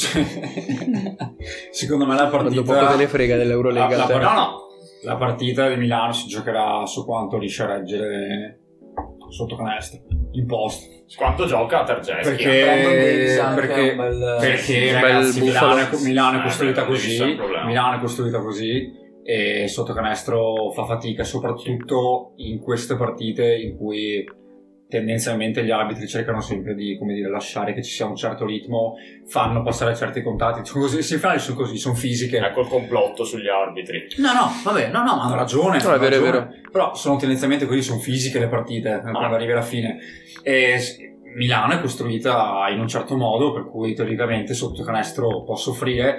Secondo me la Quando partita poco te ne frega dell'Eurolega. La- te. No, la partita di Milano si giocherà su quanto riesce a reggere sotto canestro in post. quanto gioca Tergeschi? Brandon Davis anche perché, è un bel- perché un ragazzi bel Milano buffalo. Milano è costruita Brandon Davis è un così, problema. Milano è costruita così e sotto canestro fa fatica, soprattutto in queste partite in cui tendenzialmente gli arbitri cercano sempre di, come dire, lasciare che ci sia un certo ritmo, fanno passare certi contatti, sono così, sì, finali sono così, sono fisiche. Ecco il complotto sugli arbitri. No, vabbè, no, ma hanno ragione. No, è vero, è ragione. vero. Però sono tendenzialmente così, sono fisiche le partite quando arrivi alla fine. E Milano è costruita in un certo modo, per cui teoricamente sotto canestro può soffrire.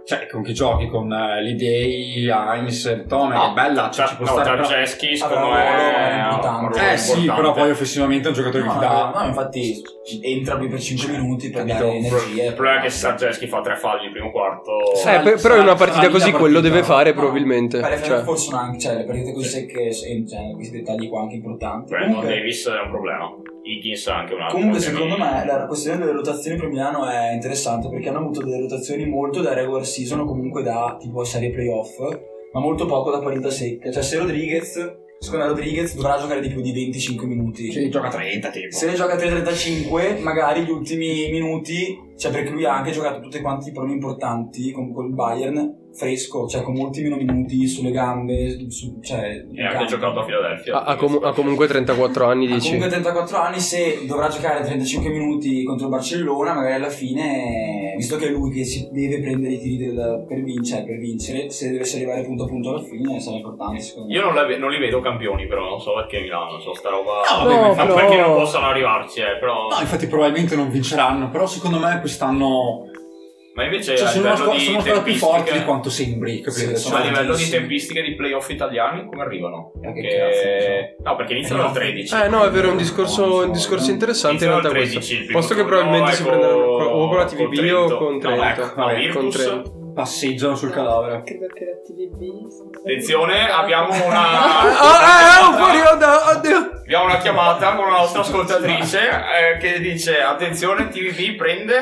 cioè con chi giochi, con l'Idei, Heinz, Tome, che è bella, cioè ci può stare, però... Tarczewski secondo me è importante. Sì, però poi offensivamente è un giocatore che ti dà... No, infatti entra qui per 5 minuti per Capito. dare energia. il problema è che Tarczewski fa 3 falli il primo quarto. Però in una partita così quello deve fare No, probabilmente. Forse sono anche, cioè le partite così secche, questi dettagli qua anche importanti. Brandon Davis è un problema, Higgins è anche un altro. Comunque secondo me la questione delle rotazioni per Milano è interessante, perché hanno avuto delle rotazioni molto da regular season o comunque da tipo serie playoff, ma molto poco da partita secca. Cioè se secondo me Rodriguez dovrà giocare di più di 25 minuti. Sì, gioca 30 tipo. Se ne gioca 3-35, magari gli ultimi minuti, cioè perché lui ha anche giocato tutte quanti i primi importanti con il Bayern fresco, cioè con molti meno minuti sulle gambe, cioè E anche giocato a Philadelphia. Ha comunque 34 anni, dici? Comunque 34 anni, se dovrà giocare 35 minuti contro il Barcellona, magari alla fine, visto che è lui che si deve prendere i tiri per vincere, se dovesse arrivare punto a punto alla fine sarà importante secondo me. Io non li vedo campioni, però non so perché Milano, so sta roba. No, non però- perché non possano arrivarci, però. No, infatti probabilmente non vinceranno, però secondo me quest'anno... Ma invece Cioè, a sono livello una di squadra più tempistiche, forte di quanto sembri, capito? Sì, ma a livello di tantissimi. tempistiche di playoff italiani come arrivano? Che Perché cazzo, no, perché iniziano al 13. No, è vero, è un discorso interessante in Iniziano al realtà 13, questo. il primo Posto che turno probabilmente è si prenderanno o con la con TVB Trento. o con No, Trento. ecco, Con Virtus. Trento. Passeggiano sul cadavere. Credo che la TVB. Attenzione, abbiamo una Fuori onda, oddio. abbiamo una chiamata con una nostra ascoltatrice che dice attenzione TVB prende.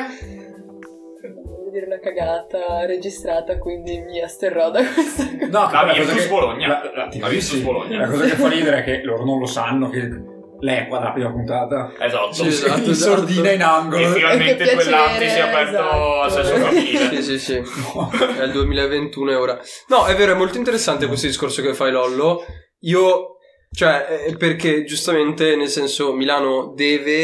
Devo dire una cagata registrata, quindi mi asterrò da questa cosa. No, La cosa Virtus che- Bologna. la La Virtus Bologna. La cosa che fa ridere è che loro non lo sanno che lei è qua dalla prima puntata. Esatto. Sì, esatto. In sordina in angolo. E finalmente Che Quell'anti piacere, si è aperto esatto. al sesso femminile. Sì. È il 2021 e ora. No, è vero, è molto interessante questo discorso che fai, Lollo. Perché giustamente, nel senso, Milano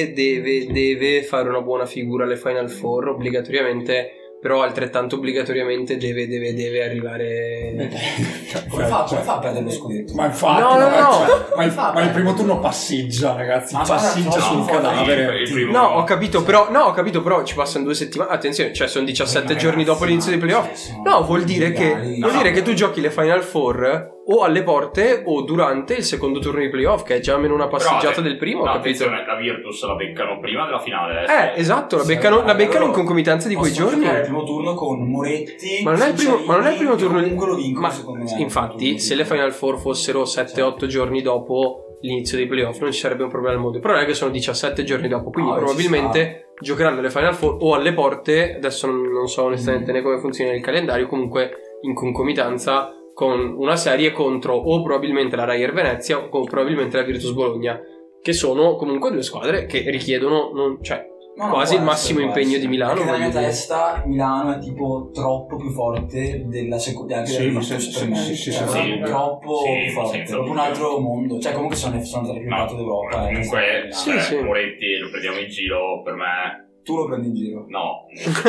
deve fare una buona figura alle Final Four obbligatoriamente, però altrettanto obbligatoriamente deve arrivare. Come fa a perdere lo scudetto? Ma infatti, No. ma il primo turno passeggia, ragazzi. Ma Passeggia no, sul no, cadavere. il primo- No, ho capito, però ci passano 2 settimane. Attenzione, cioè sono 17 giorni dopo l'inizio dei playoff. No, vuol dire che tu giochi le Final Four o alle porte o durante il secondo turno di playoff, che è già almeno una passeggiata del primo, no, ho capito? attenzione, la Virtus la beccano prima della finale. Esatto, la beccano in concomitanza di quei giorni. Il primo turno con Moretti. Ma non è il primo turno. Comunque lo vincono, Ma secondo me. infatti, se le Final Four fossero 7-8 giorni dopo l'inizio dei playoff non ci sarebbe un problema al mondo. Però non è che sono 17 giorni dopo, quindi probabilmente giocheranno le Final Four o alle porte. Adesso non so onestamente né come funziona il calendario, comunque in concomitanza con una serie contro o probabilmente la Reyer Venezia o probabilmente la Virtus Bologna, che sono comunque 2 squadre che richiedono quasi il massimo impegno di Milano. Perché nella mia voglio dire. testa Milano è tipo troppo più forte della seconda, anche Sì, della ma Virtus sì, per me. sì, sì, Cioè, sì. proprio troppo Sì, più forte, senza proprio un dubbio. altro mondo. Cioè comunque sono tra le più No, forti d'Europa. comunque Sì. Moretti lo prendiamo in giro, per me Tu lo prendi in giro. no.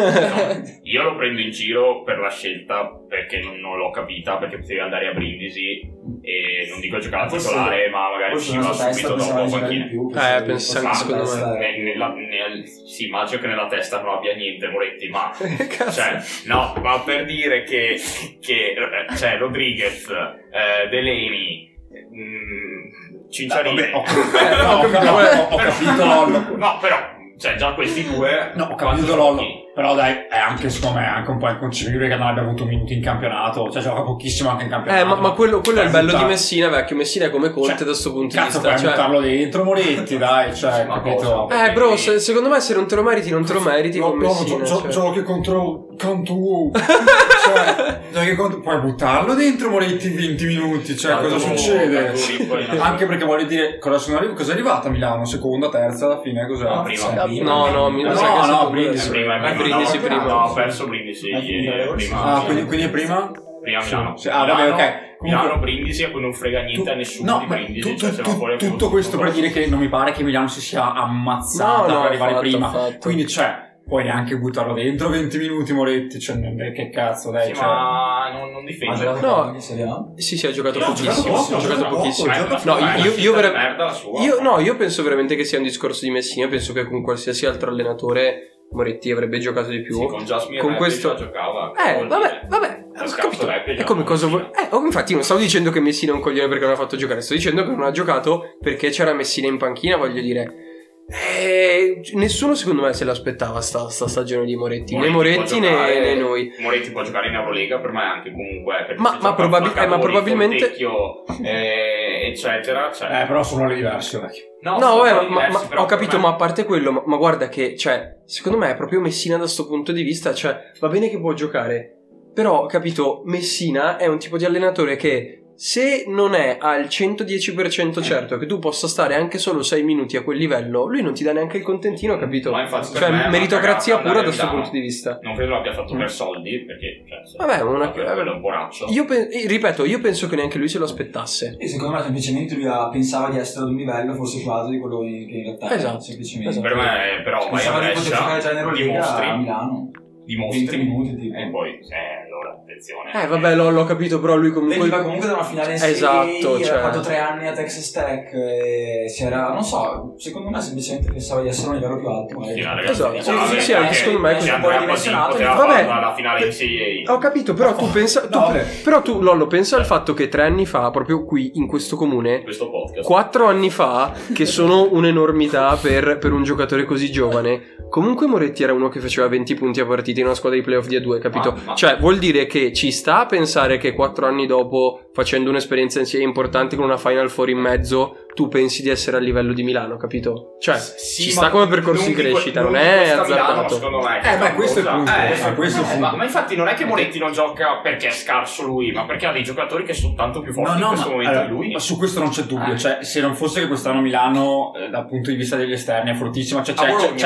Io lo prendo in giro per la scelta, perché non l'ho capita, perché potevi andare a Brindisi e non dico giocare a Forse- titolare, ma magari Forse ci nella va sua testa subito pensava dopo di giocare di panchina. più. penso anche secondo me. Sì, immagino che nella testa non abbia niente Moretti, ma Cazzo. cioè, no, ma per dire che cioè Rodriguez, Delaney, Cinciarini, Ho capito, Lollo. no, però, cioè già questi due, No, ho quando capito, giochi- Lollo. Però dai, è anche, secondo me, anche un po' inconcepibile che non abbia avuto minuti in campionato. Cioè, gioca pochissimo anche in campionato. Ma quello è il bello di buttar- Messina, vecchio. Messina è come Conte Cioè, da sto punto di Cazzo, vista. puoi buttarlo dentro, Moretti, dai, cioè, Ma capito? cosa? Bro, secondo me se non te lo meriti, non te lo meriti con Messina. cioè. Giochi contro cioè, giochi contro... puoi buttarlo dentro Moretti in 20 minuti, cioè, cosa succede? Anche perché voglio dire, cosa è arrivata a Milano? Seconda, terza, alla fine, cos'è? No, prima. No, mi No, sa che è stato Brindisi. Brindisi prima. No, ho perso Brindisi ieri, prima. Ah, quindi è prima? Prima Milano. Sì, ah, vabbè, ok. Milano, Comunque- Brindisi e poi non frega niente a nessuno No, di ma Brindisi. Cioè, se va fuori tutto questo per dire che non mi pare che Milano si sia ammazzata No, per arrivare fatto, prima. fatto. Quindi, cioè, puoi neanche buttarlo dentro 20 minuti, Moretti. Cioè, che cazzo, dai. Sì, cioè... ma non Ha difende. giocato No. poco in Serie A? Sì, ha giocato No, pochissimo. ha giocato pochissimo. poco. Io penso veramente che sia un discorso di Messina. Penso che con qualsiasi altro allenatore Moretti avrebbe giocato di più. Sì, con Jasmine con Rappi questo giocava. vabbè, ho scarso capito. Rappi E come cosa Messina. infatti non stavo dicendo che Messina è un coglione perché non ha fatto giocare, sto dicendo che non ha giocato perché c'era Messina in panchina, voglio dire. Nessuno secondo me se l'aspettava sta stagione di Moretti, né Moretti né noi. Moretti può giocare in Eurolega, per me anche comunque perché Ma si gioca probabilmente Fontecchio, eccetera, cioè. Però sono ruoli diversi, vecchio. No, ho capito, ma a parte quello, ma guarda che, cioè, secondo me è proprio Messina da sto punto di vista, cioè, va bene che può giocare, però, capito, Messina è un tipo di allenatore che se non è al 110% certo che tu possa stare anche solo 6 minuti a quel livello, lui non ti dà neanche il contentino, capito? Ma infatti per cioè, me è meritocrazia una pura cagata da questo andare punto di vista. Non credo l'abbia fatto per soldi, perché Vabbè, quello è un poraccio. Ripeto, io penso che neanche lui se lo aspettasse. E secondo me semplicemente lui pensava di essere ad un livello forse più alto di quello che in realtà Esatto, è, semplicemente. esatto. Per me però vai a Pensava di poter giocare già in Brescia, Eurolega a Milano. dimostri 20 minuti tipo. e poi allora attenzione. Vabbè, l'ho capito, però lui comunque Veniva comunque da una finale in esatto, aveva cioè. fatto 3 anni a Texas Tech e si era, non so, secondo me semplicemente pensava di essere a un livello più alto. Sì, no, Esatto, ragazzi, sì, anche secondo me è se così. Andrea dimensionato. poteva Vabbè. farla alla finale in Serie A. Ho capito, però tu pensa però tu Lollo pensa al fatto che 3 anni fa, proprio qui in questo comune, Questo podcast 4 anni fa, che sono un'enormità per un giocatore così giovane, comunque Moretti era uno che faceva 20 punti a partita in una squadra di playoff di A2, capito? Ma- Cioè, vuol dire che ci sta a pensare che 4 anni dopo, facendo un'esperienza insieme importante con una Final Four in mezzo, tu pensi di essere a livello di Milano, capito? Cioè, Sì, ci ma sta come percorso di crescita, non è questa Milano, azzardato. secondo me. Beh, questo è il punto. Questo è il punto. Ma infatti non è che Moretti non gioca perché è scarso lui, ma perché ha dei giocatori che sono tanto più forti in questo momento di lui. Ma su questo non c'è dubbio. Cioè, se non fosse che quest'anno Milano, dal punto di vista degli esterni, è fortissima. Cioè,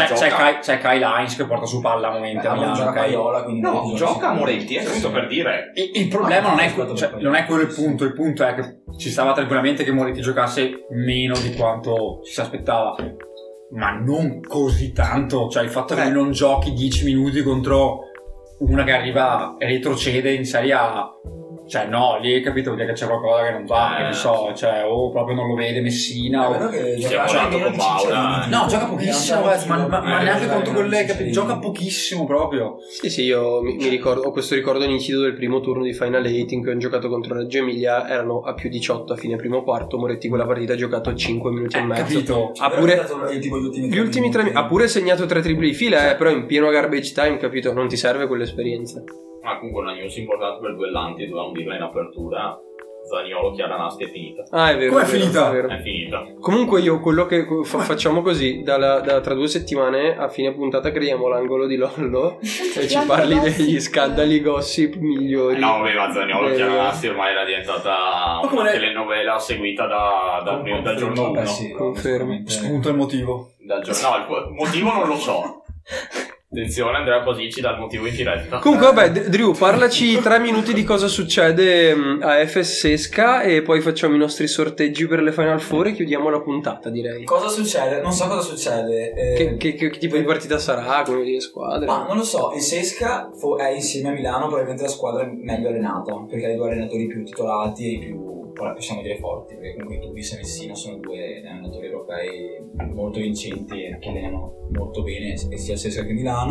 c'è Kyle Hines che porta su palla a momenti a Milano. Gioca Paiola, quindi No, gioca Moretti, appunto per dire. Il problema non è quello il punto. Il punto è che ci stava tranquillamente che Moretti giocasse meno di quanto ci si aspettava, ma non così tanto. Cioè, il fatto che lui non giochi 10 minuti contro una che arriva e retrocede in Serie A, cioè no, lì hai capito che c'è qualcosa che non va, che ne so, cioè o proprio non lo vede Messina o Stiamo parlando con Paola. no, gioca pochissimo, ma neanche contro quelle, capito? Gioca pochissimo proprio. Sì, io mi ricordo, ho questo ricordo nitido del primo turno di Final 8 in cui hanno giocato contro Reggio Emilia, erano a più 18 a fine primo quarto, Moretti quella partita ha giocato 5 minuti e mezzo. Capito? Ha pure gli ultimi 3 ha pure segnato 3 tripli di fila, però in pieno garbage time, capito? Non ti serve quell'esperienza. Ma comunque una news importante per Duellanti, dovevamo dirla in apertura. Zaniolo, Chiara Nasti è finita. Ah, è vero. Com'è finita? È vero. È finita. Comunque io quello che facciamo così, tra 2 settimane a fine puntata creiamo l'angolo di Lollo e ci parli degli scandali gossip migliori. No, aveva Zaniolo, Chiara Nasti ormai era diventata una telenovela seguita dal giorno 1. Confermi. Spunto il motivo. No, il motivo non lo so. Attenzione, Andrea Posici dal motivo in diretta. Comunque vabbè, Drew, parlaci 3 minuti di cosa succede a Efes Sesca e poi facciamo i nostri sorteggi per le Final Four e chiudiamo la puntata, direi. Cosa succede? Non so cosa succede. Che tipo di partita sarà, come di squadre? Ma non lo so, il Sesca è insieme a Milano probabilmente la squadra meglio allenata, perché ha i 2 allenatori più titolati e più, possiamo dire, forti, perché comunque Tubis e Messina sono 2 allenatori europei molto vincenti e che allenano molto bene sia il Sesca che Milano.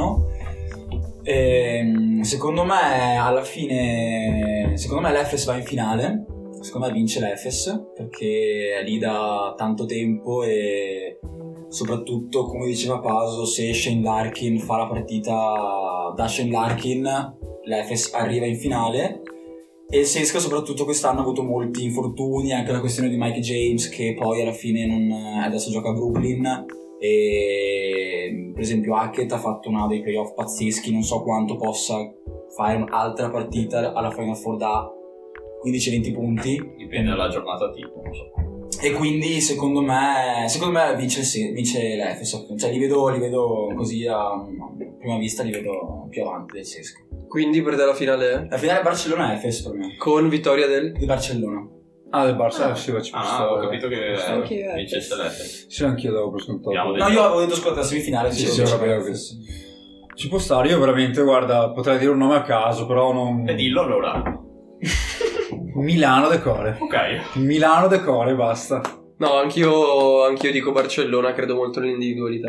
Secondo me alla fine l'Efes va in finale, secondo me vince l'Efes perché è lì da tanto tempo e soprattutto, come diceva Paso, se Shane Larkin fa la partita da Shane Larkin, l'Efes arriva in finale. E il Sesca soprattutto quest'anno ha avuto molti infortuni, anche la questione di Mike James che poi alla fine adesso gioca a Brooklyn, e per esempio Hackett ha fatto una dei playoff pazzeschi, non so quanto possa fare un'altra partita alla Final Four da 15-20 punti, Dipende dalla giornata tipo, non so. e quindi secondo me vince l'Efes, cioè li vedo così a prima vista, li vedo più avanti del Sesca. Quindi per te la finale La finale Barcellona-Efes per me, con vittoria di Barcellona. Del Barça, sì, ci Ho capito che Anch'io, vincesse l'Efes. Sì, anch'io devo presentare. No, io avevo detto scuola semifinale. Sì, ci può stare. Io veramente, guarda, potrei dire un nome a caso, però non. E dillo allora. Milano Decore. Ok. Milano Decore, basta. No, anch'io dico Barcellona, credo molto nell'individualità.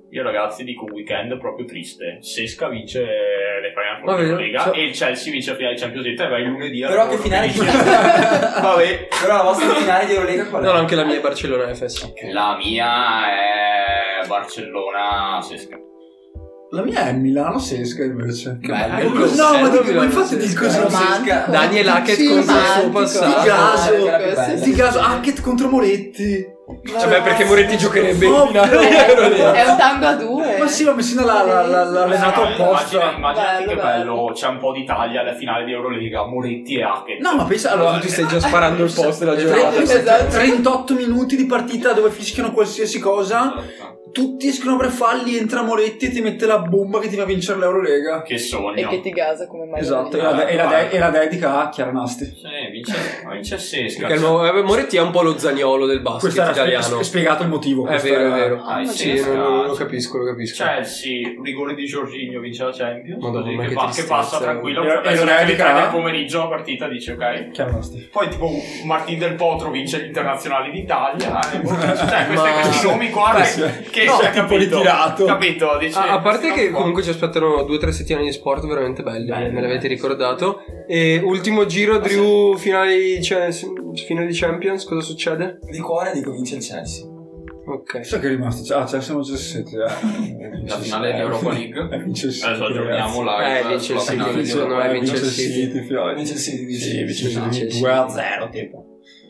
Io ragazzi dico un weekend proprio triste. Sesca vince le Final Four di Lega e il Chelsea vince la finale di Champions League. Te vai lunedì. Però che finale di Vabbè. Però la vostra finale di Eurolega qual è? No, anche la mia è Barcellona FS. La mia è Barcellona Sesca. La mia è Milano Sesca invece. Che bello. No, ma Milano infatti Sesca. dico così. Romantico. Daniel Hackett Sì, contro il suo romantico. passato. Di caso Hackett contro Moretti. Vabbè, perché Moretti giocherebbe in Ovvio. finale. È un tango a due. Ma sì, ma Messina l'ha allenato apposta. Immaginati che Bello. bello, c'è un po' d'Italia alla finale di Eurolega, Moretti e Hackett. No, ma pensa, Allora allora tu ti stai già sparando il post della giornata. Esatto. 38 minuti di partita dove fischiano qualsiasi cosa, tutti escono per falli, entra Moretti e ti mette la bomba che ti fa vincere l'Eurolega. Che E sogno. che ti gasa come mai. Esatto, e la dedica a Chiara Nasti. Vince Sesca. Perché Moretti è un po' lo Zaniolo del basket Questo era italiano. spiegato il motivo. È questo vero, era- è vero. Ah, Sì, sì, lo capisco. Chelsea, rigore di Jorginho, vince la Champions. Madonna, Così ma che, che che tristezza. passa tranquillo. E Adesso lo alle dedica 3 a- del pomeriggio la partita dice ok. Chiara Nasti. Poi tipo Martin Del Potro vince gli internazionali d'Italia. Cioè Ma- questi nomi qua che No, cioè, tipo ritirato. Capito? Dice, A parte che comunque ci aspettano 2 o 3 settimane di sport veramente belli, Bello. me l'avete ricordato. E ultimo giro, Drew, finale di Champions, cosa succede? Di cuore dico vince il Chelsea. Ok. Sai che è rimasto? Cioè siamo già 7. la finale di Europa League. Vince il City. Adesso aggiorniamo live vince il sulla City, finale di secondo Europa me League. vince il City. Vince il City, vince Sì, il vince il Vince il City City. 2-0 tipo.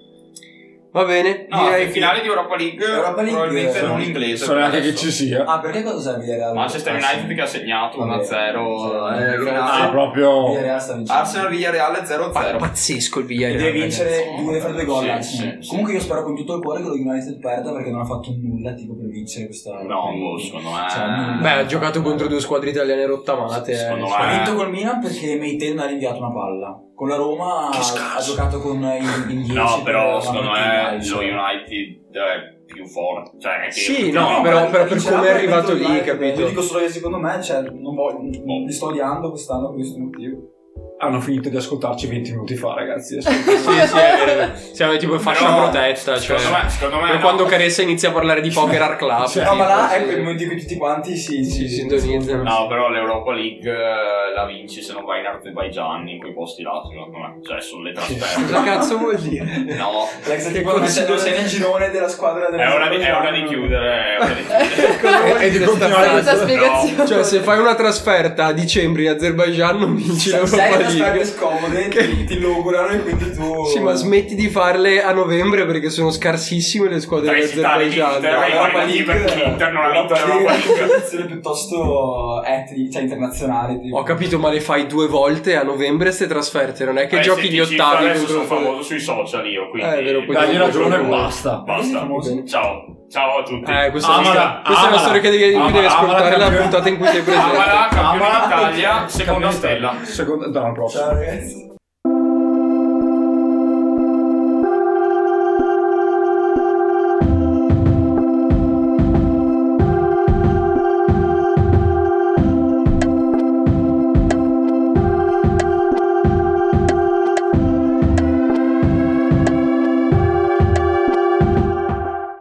Va bene, No, direi in finale di Europa League, Europa League, probabilmente non sì. inglese. So neanche che adesso. ci sia. Ah, perché cosa serve Villarreal? Manchester United che ha segnato 1-0. Ah, proprio. Villarreal sta vincendo. Arsenal Villarreal 0-0. pazzesco il E Villarreal. deve vincere, deve fare 2 gol. Sì, Arsenal. sì. Comunque io spero con tutto il cuore che lo United perda perché non ha fatto nulla tipo per vincere questa. No, secondo me. Cioè, nulla. Beh, ha giocato contro 2 squadre italiane rottamate. Secondo me- Ha vinto col Milan perché Meite non ha rinviato una palla. Con la Roma ha giocato con in 10. No, però per secondo me Martinez, lo cioè. United è più forte. Cioè, è che Sì, No, no, però per come è arrivato lì, Io capito? dico solo che secondo me, cioè, non voglio, li sto odiando quest'anno per questo motivo. Hanno finito di ascoltarci 20 minuti fa, ragazzi. Sì, è vero. Siamo tipo in fascia Però, protetta, cioè. secondo me Come no. quando Caressa inizia a parlare di Poker Art Club. Cioè, No, ma là tipo, è il momento in cui tutti quanti si sintonizzano. No, però l'Europa League la vinci se non vai in Azerbaijan, in quei posti là, secondo me. Cioè, sulle Cosa trasferte. cazzo vuol dire? No. L'ex tipo non sei nel girone della squadra della È ora di chiudere. È ora di chiudere. E di continuare Senza questo. spiegazione. Cioè, se fai una trasferta a dicembre in Azerbaijan non vinci Sei l'Europa in aspette League. scomode, ti logorano e quindi tu. Sì, ma smetti di farle a novembre perché sono scarsissime le squadre Dai, si taglia dell'Azerbaijan. l'Inter, vai L'Europa guarda League, perché l'Inter non ha vinto l'Europa l'Europa League è una League. competizione piuttosto etnica, cioè internazionale. Tipo. Ho capito, ma le fai 2 volte a novembre ste trasferte, non è che giochi se gli ti cito ottavi adesso contro sono famoso sui social io, quindi vero, poi Dagli dopo ragione e gioco. basta. basta. Ciao a tutti. Questa è Amala, una amala. storia che devi Amala, ascoltare la campione. puntata in cui sei presente. Amala, campione Amala. d'Italia, seconda stella. Seconda, no, prossimo. Ciao ragazzi.